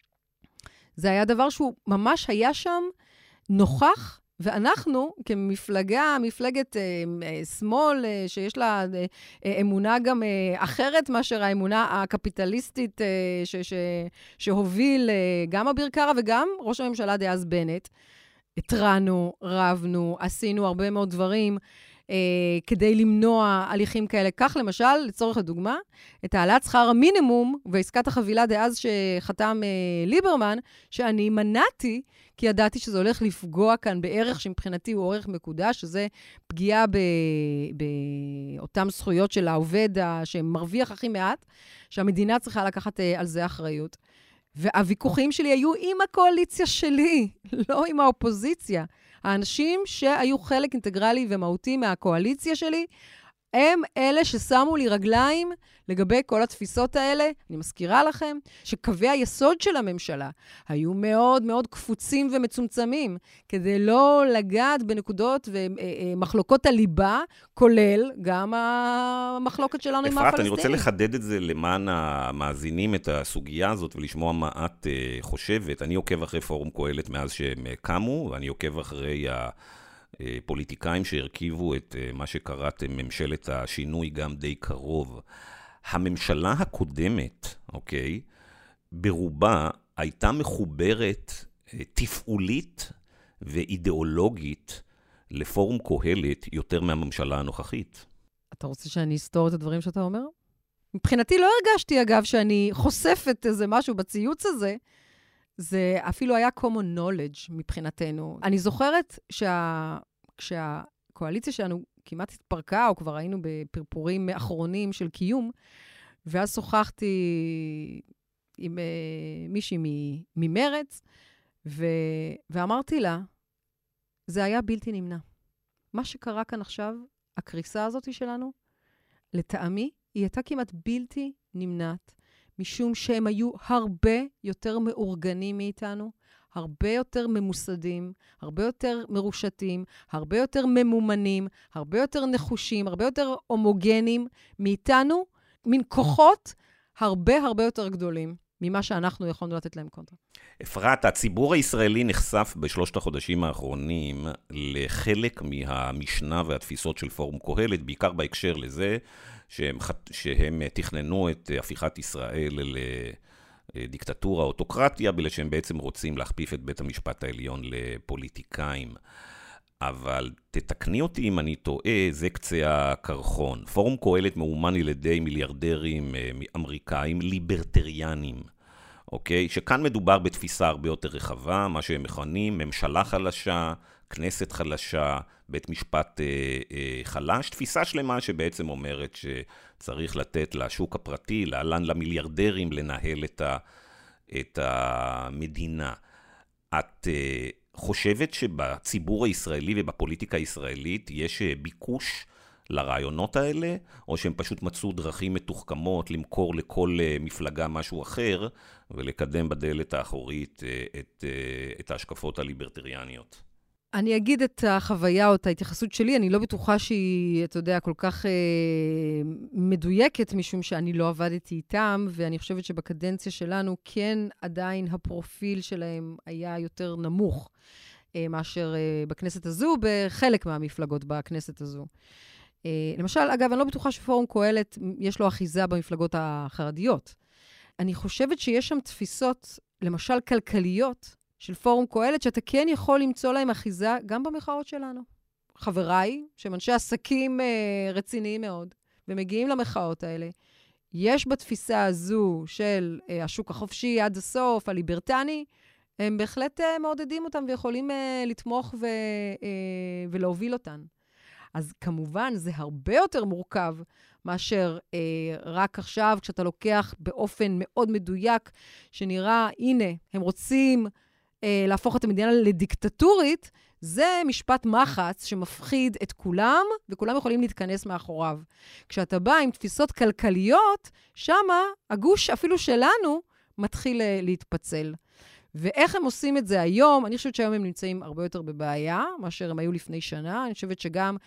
זה היה דבר שהוא ממש היה שם נוכח, ואנחנו כמפלגה, מפלגת שמאל, שיש לה אמונה גם אחרת מאשר האמונה הקפיטליסטית שהוביל גם אביר קארה וגם ראש הממשלה דאז בנט, התרענו, רבנו, עשינו הרבה מאוד דברים, כדי למנוע הליכים כאלה. כך למשל, לצורך הדוגמה, את העלאת שכר המינימום ועסקת החבילה דאז שחתם ליברמן, שאני מנעתי, כי ידעתי שזה הולך לפגוע כאן בערך שמבחינתי הוא ערך מקודש, שזה פגיעה באותן זכויות של העובד שמרוויח הכי מעט, שהמדינה צריכה לקחת על זה אחריות. והוויכוחים שלי היו עם הקואליציה שלי, לא עם האופוזיציה. האנשים שהיו חלק אינטגרלי ומהותי מהקואליציה שלי, הם אלה ששמו לי רגליים לגבי כל התפיסות האלה. אני מזכירה לכם שקווי היסוד של הממשלה היו מאוד מאוד קפוצים ומצומצמים, כדי לא לגעת בנקודות ומחלוקות הליבה, כולל גם המחלוקת שלנו עם הפלסטינים. אפרת, אני רוצה לחדד את זה למען המאזינים את הסוגיה הזאת ולשמוע מה את חושבת. אני עוקב אחרי פורום קהלת מאז שהם קמו, ואני עוקב אחרי פוליטיקאים שהרכיבו את מה שקראתם ממשלת השינוי גם די קרוב. הממשלה הקודמת, אוקיי, ברובה הייתה מחוברת תפעולית ואידיאולוגית לפורום קהלת יותר מהממשלה הנוכחית. אתה רוצה שאני אסתור את הדברים שאתה אומר? מבחינתי לא הרגשתי, אגב, שאני חושפת איזה משהו בציוץ הזה. זה אפילו היה common knowledge מבחינתנו. אני זוכרת כשהקואליציה שלנו כמעט התפרקה, או כבר היינו בפרפורים אחרונים של קיום, ואז שוחחתי עם מישהי ממרץ, ואמרתי לה, זה היה בלתי נמנע. מה שקרה כאן עכשיו, הקריסה הזאת שלנו, לטעמי, היא הייתה כמעט בלתי נמנעת, משום שהם היו הרבה יותר מאורגנים מאיתנו, הרבה יותר ממוסדים, הרבה יותר מרושתים, הרבה יותר ממומנים, הרבה יותר נחושים, הרבה יותר הומוגנים מאיתנו, מין כוחות הרבה הרבה יותר גדולים ממה שאנחנו יכולנו לתת להם קונטרה. אפרת, הציבור הישראלי נחשף בשלושת החודשים האחרונים לחלק מהמשנה והתפיסות של פורום קהלת, בעיקר בהקשר לזה שהם תכננו את הפיכת ישראל לדיקטטורה, אוטוקרטיה, בגלל שהם בעצם רוצים להכפיף את בית המשפט העליון לפוליטיקאים. אבל תתקני אותי אם אני טועה, זה קצה הקרחון. פורום קהלת מאומן על ידי מיליארדרים אמריקאים ליברטריאנים, אוקיי? שכאן מדובר בתפיסה הרבה יותר רחבה, מה שהם מכנים ממשלה חלשה, כנסת חלשה, בית משפט חלש, תפיסה שלמה שבעצם אומרת שצריך לתת לשוק הפרטי, למיליארדרים לנהל את המדינה. את חושבת שבציבור הישראלי ובפוליטיקה הישראלית יש ביקוש לרעיונות האלה, או שהם פשוט מצאו דרכים מתוחכמות למכור לכל מפלגה משהו אחר, ולקדם בדלת האחורית את ההשקפות הליברטריאניות? אני אגיד את החוויה או את ההתייחסות שלי, אני לא בטוחה שהיא, אתה יודע, כל כך מדויקת, משום שאני לא עבדתי איתם, ואני חושבת שבקדנציה שלנו כן עדיין הפרופיל שלהם היה יותר נמוך מאשר בכנסת הזו, בחלק מהמפלגות בכנסת הזו. למשל, אגב, אני לא בטוחה שפורום קהלת יש לו אחיזה במפלגות החרדיות. אני חושבת שיש שם תפיסות, למשל כלכליות, של פורום קהלת, שאתה כן יכול למצוא להם אחיזה גם במחאות שלנו. חבריי, שהם אנשי עסקים רציניים מאוד, ומגיעים למחאות האלה, יש בתפיסה הזו של השוק החופשי עד הסוף, הליברטני, הם בהחלט מעודדים אותם ויכולים לתמוך ולהוביל אותן. אז כמובן זה הרבה יותר מורכב מאשר רק עכשיו, כשאתה לוקח באופן מאוד מדויק, שנראה, הנה, הם רוצים להפוך את המדינה לדיקטטורית, זה משפט מחץ שמפחיד את כולם, וכולם יכולים להתכנס מאחוריו. כשאתה בא עם תפיסות כלכליות, שמה הגוש אפילו שלנו מתחיל להתפצל. ואיך הם עושים את זה היום? אני חושבת שהיום הם נמצאים הרבה יותר בבעיה, מאשר הם היו לפני שנה. אני חושבת שגם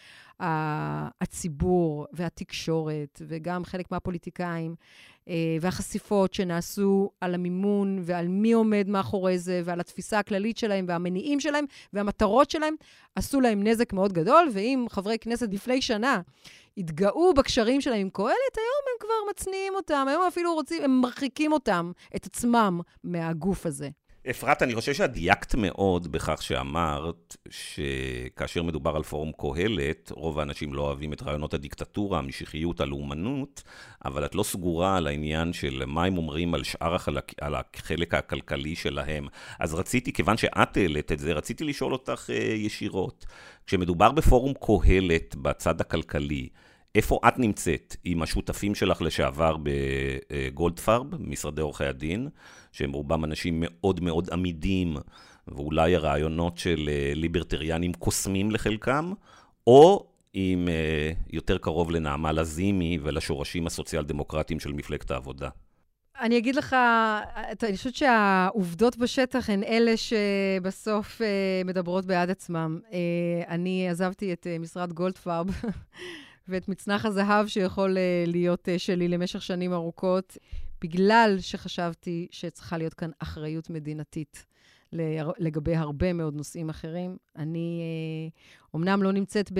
הציבור והתקשורת, וגם חלק מהפוליטיקאים, והחשיפות שנעשו על המימון, ועל מי עומד מאחורי זה, ועל התפיסה הכללית שלהם, והמניעים שלהם, והמטרות שלהם, עשו להם נזק מאוד גדול, ואם חברי כנסת לפני שנה התגאו בקשרים שלהם עם קהלת, היום הם כבר מצניעים אותם, היום אפילו רוצים, הם מרחיקים אותם, את עצמם, מהגוף הזה. אפרת, אני חושב שדייקת מאוד בכך שאמרת שכאשר מדובר על פורום קהלת, רוב האנשים לא אוהבים את רעיונות הדיקטטורה, המשיחיות, הלאומנות, אבל את לא סגורה על העניין של מה הם אומרים על החלק הכלכלי שלהם. אז רציתי, כיוון שאת העלית את זה, רציתי לשאול אותך ישירות. כשמדובר בפורום קהלת בצד הכלכלי, איפה את נמצאת עם השותפים שלך לשעבר בגולדפרב, משרדי עורכי הדין, שהם רובם אנשים מאוד מאוד עמידים, ואולי הרעיונות של ליברטריאנים קוסמים לחלקם, או עם יותר קרוב לנעמה לזימי ולשורשים הסוציאל-דמוקרטיים של מפלגת העבודה? אני אגיד לך, אני חושבת שהעובדות בשטח הן אלה שבסוף מדברות בעד עצמם. אני עזבתי את משרד גולדפרב, ואת מצנח הזהב שיכול להיות שלי למשך שנים ארוכות, בגלל שחשבתי שצריכה להיות כאן אחריות מדינתית לגבי הרבה מאוד נושאים אחרים. אני אומנם לא נמצאת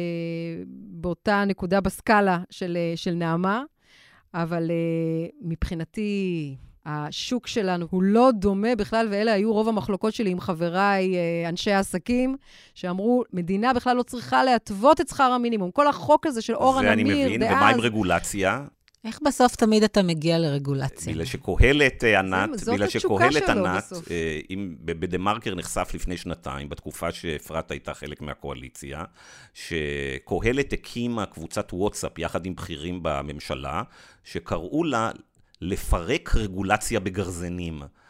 באותה נקודה בסקאלה של נעמה, אבל מבחינתי השוק שלנו הוא לא דומה בכלל, ואלה היו רוב המחלוקות שלי עם חבריי, אנשי העסקים, שאמרו, מדינה בכלל לא צריכה להתוות את שכר המינימום. כל החוק הזה של אורה נמיר, זה אני מבין, ומה עם רגולציה? איך בסוף תמיד אתה מגיע לרגולציה? בגלל שקהלת, ענת, בגלל שקהלת, ענת, בדמרקר נחשף לפני שנתיים, בתקופה שאפרת הייתה חלק מהקואליציה, שקהלת הקימה קבוצת וואטסאפ יחד עם בכירים בממשלה, שקראו לה לפרק רגולציה בגרזנים.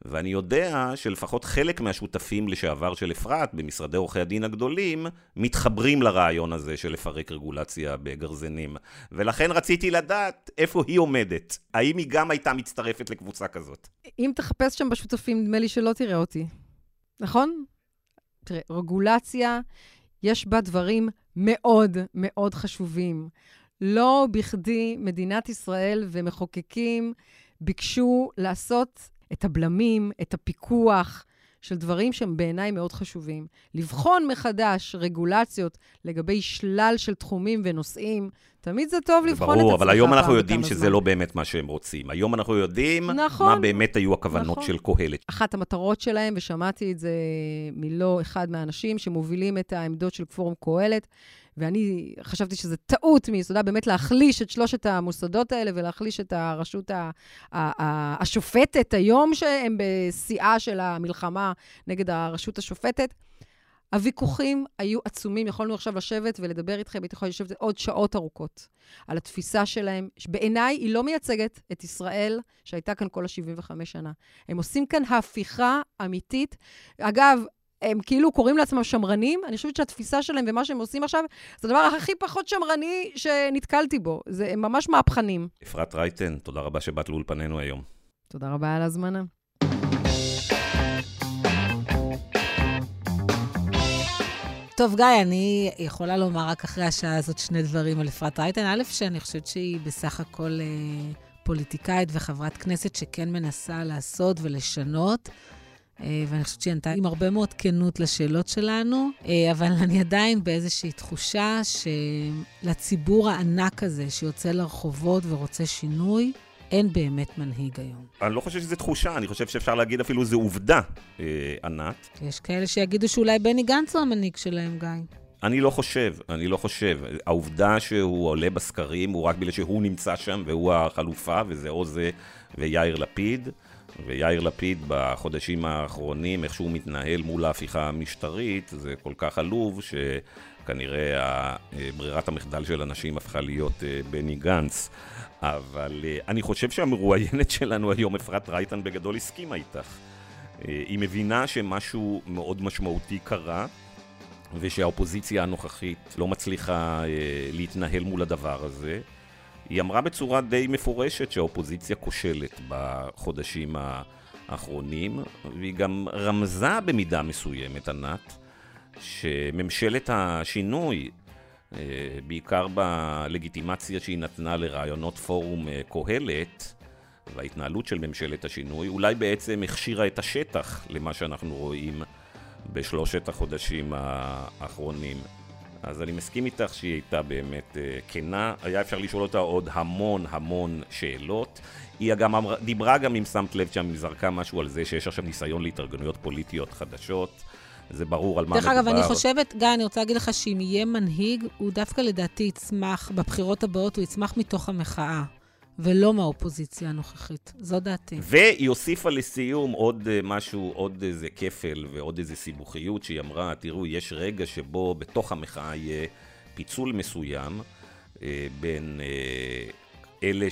ואני יודע שלפחות חלק מהשותפים לשעבר של אפרת, במשרדי עורכי הדין הגדולים, מתחברים לרעיון הזה של לפרק רגולציה בגרזנים. ולכן רציתי לדעת איפה היא עומדת. האם היא גם הייתה מצטרפת לקבוצה כזאת? אם תחפש שם בשותפים, נדמה לי שלא תראה אותי. נכון? תראה, רגולציה, יש בה דברים מאוד מאוד חשובים. לא בכדי מדינת ישראל ומחוקקים ביקשו לעשות את הבלמים, את הפיקוח של דברים שהם בעיניי מאוד חשובים. לבחון מחדש רגולציות לגבי שלל של תחומים ונושאים, תמיד זה טוב לבחון את עצמך. ברור, אבל היום אנחנו יודעים שזה לא באמת מה שהם רוצים. היום אנחנו יודעים מה באמת היו הכוונות של קהלת. אחת המטרות שלהם, ושמעתי את זה מלא אחד מהאנשים שמובילים את העמדות של פורום קהלת, ואני חשבתי שזה טעות מיסודה באמת להחליש את שלושת המוסדות האלה, ולהחליש את הרשות השופטת היום, שהם בשיאה של המלחמה נגד הרשות השופטת. הוויכוחים היו עצומים, יכולנו עכשיו לשבת ולדבר איתכם, הייתי יכולה לשבת עוד שעות ארוכות, על התפיסה שלהם, שבעיניי היא לא מייצגת את ישראל, שהייתה כאן כל ה-75 שנה. הם עושים כאן הפיכה אמיתית. אגב, הם כאילו קוראים לעצמם שמרנים, אני חושבת שהתפיסה שלהם ומה שהם עושים עכשיו, זה הדבר הכי פחות שמרני שנתקלתי בו. הם ממש מהפכנים. אפרת רייטן, תודה רבה שבאת לאולפנינו היום. תודה רבה על הזמנה. טוב, גיא, אני יכולה לומר רק אחרי השעה הזאת שני דברים על אפרת רייטן. א', שאני חושבת שהיא בסך הכל פוליטיקאית וחברת כנסת שכן מנסה לעשות ולשנות, ואני חושבת שהיא ענתה עם הרבה מאוד כנות לשאלות שלנו, אבל אני עדיין באיזושהי תחושה שלציבור הענק הזה שיוצא לרחובות ורוצה שינוי, אין באמת מנהיג היום. אני לא חושב שזו תחושה, אני חושב שאפשר להגיד אפילו זו עובדה, ענת. יש כאלה שיגידו שאולי בני גנץ הוא המנהיג שלהם, גיא. אני לא חושב. העובדה שהוא עולה בסקרים הוא רק בגלל שהוא נמצא שם והוא החלופה, וזה או זה ויאיר לפיד. ויאיר לפיד בחודשים האחרונים, איך שהוא מתנהל מול ההפיכה המשטרית, זה כל כך עלוב שכנראה ברירת המחדל של אנשים הפכה להיות בני גנץ. אבל אני חושב שהמרואיינת שלנו היום, אפרת רייטן, בגדול הסכימה איתך. היא מבינה שמשהו מאוד משמעותי קרה, ושהאופוזיציה הנוכחית לא מצליחה להתנהל מול הדבר הזה. היא אמרה בצורה די מפורשת שהאופוזיציה כושלת בחודשים האחרונים, והיא גם רמזה במידה מסוימת, ענת, שממשלת השינוי, בעיקר בלגיטימציה שהיא נתנה לרעיונות פורום קהלת, וההתנהלות של ממשלת השינוי, אולי בעצם הכשירה את השטח למה שאנחנו רואים בשלושת החודשים האחרונים. אז אני מסכים איתך שהיא הייתה באמת כנה, היה אפשר לשאול אותה עוד המון שאלות. היא גם דיברה גם, אם שמת לב שם, היא זרקה משהו על זה שיש עכשיו ניסיון להתארגנויות פוליטיות חדשות. זה ברור על מה מדובר. דרך אגב, אני חושבת, גיא, אני רוצה להגיד לך שאם יהיה מנהיג, הוא דווקא לדעתי יצמח, בבחירות הבאות הוא יצמח מתוך המחאה, ולא מהאופוזיציה הנוכחית. זו דעתי. והיא הוסיפה לסיום עוד משהו, עוד איזה כפל ועוד איזה סיבוכיות שהיא אמרה, תראו, יש רגע שבו בתוך המחאה יהיה פיצול מסוים בין אלה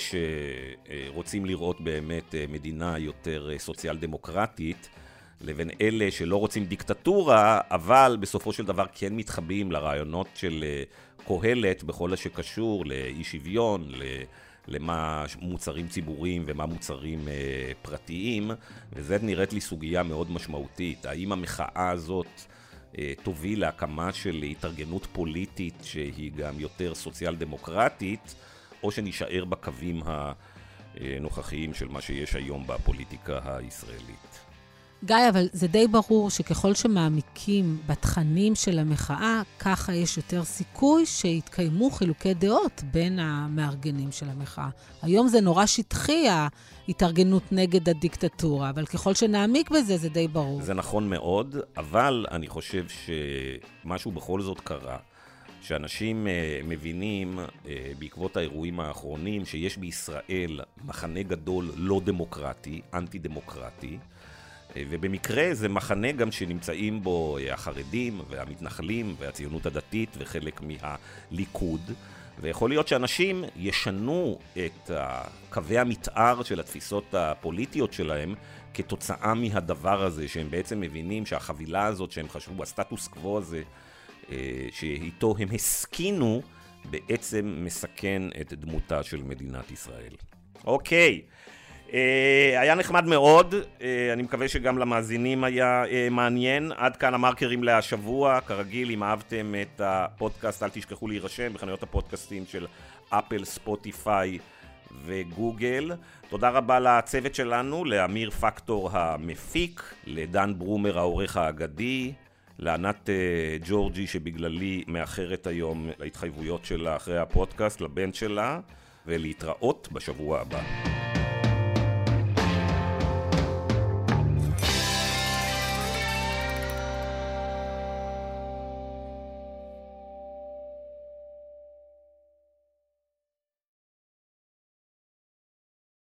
שרוצים לראות באמת מדינה יותר סוציאל דמוקרטית, לבין אלה שלא רוצים דיקטטורה, אבל בסופו של דבר כן מתחבאים לרעיונות של קהלת בכל שקשור לאי שוויון, למה מוצרים ציבוריים ומה מוצרים פרטיים, וזה נראית לי סוגיה מאוד משמעותית. האם המחאה הזאת תוביל להקמה של התארגנות פוליטית שהיא גם יותר סוציאל דמוקרטית, או שנשאר בקווים הנוכחיים של מה שיש היום בפוליטיקה הישראלית? גיא, אבל זה די ברור שככל שמעמיקים בתכנים של המחאה, ככה יש יותר סיכוי שיתקיימו חילוקי דעות בין המארגנים של המחאה. היום זה נורא שטחי, ההתארגנות נגד הדיקטטורה, אבל ככל שנעמיק בזה, זה די ברור. זה נכון מאוד, אבל אני חושב שמשהו בכל זאת קרה, שאנשים מבינים בעקבות האירועים האחרונים, שיש בישראל מחנה גדול לא דמוקרטי, אנטי דמוקרטי, ובמקרה זה מחנה גם שנמצאים בו החרדים והמתנחלים והציונות הדתית וחלק מהליכוד, ויכול להיות שאנשים ישנו את קווי המתאר של התפיסות הפוליטיות שלהם כתוצאה מהדבר הזה, שהם בעצם מבינים שהחבילה הזאת שהם חשבו, הסטטוס קוו הזה, שאיתו הם הסכינו, בעצם מסכן את דמותה של מדינת ישראל. אוקיי. היה נחמד מאוד, אני מקווה שגם למאזינים היה מעניין. עד כאן המרקרים להשבוע. כרגיל, אם אהבתם את הפודקאסט, אל תשכחו להירשם בחנויות הפודקאסטים של אפל, ספוטיפיי וגוגל. תודה רבה לצוות שלנו, לאמיר פקטור המפיק, לדן ברומר העורך האגדי, לענת ג'ורג'י שבגללי מאחרת היום להתחייבויות שלה אחרי הפודקאסט, לבן שלה, ולהתראות בשבוע הבא.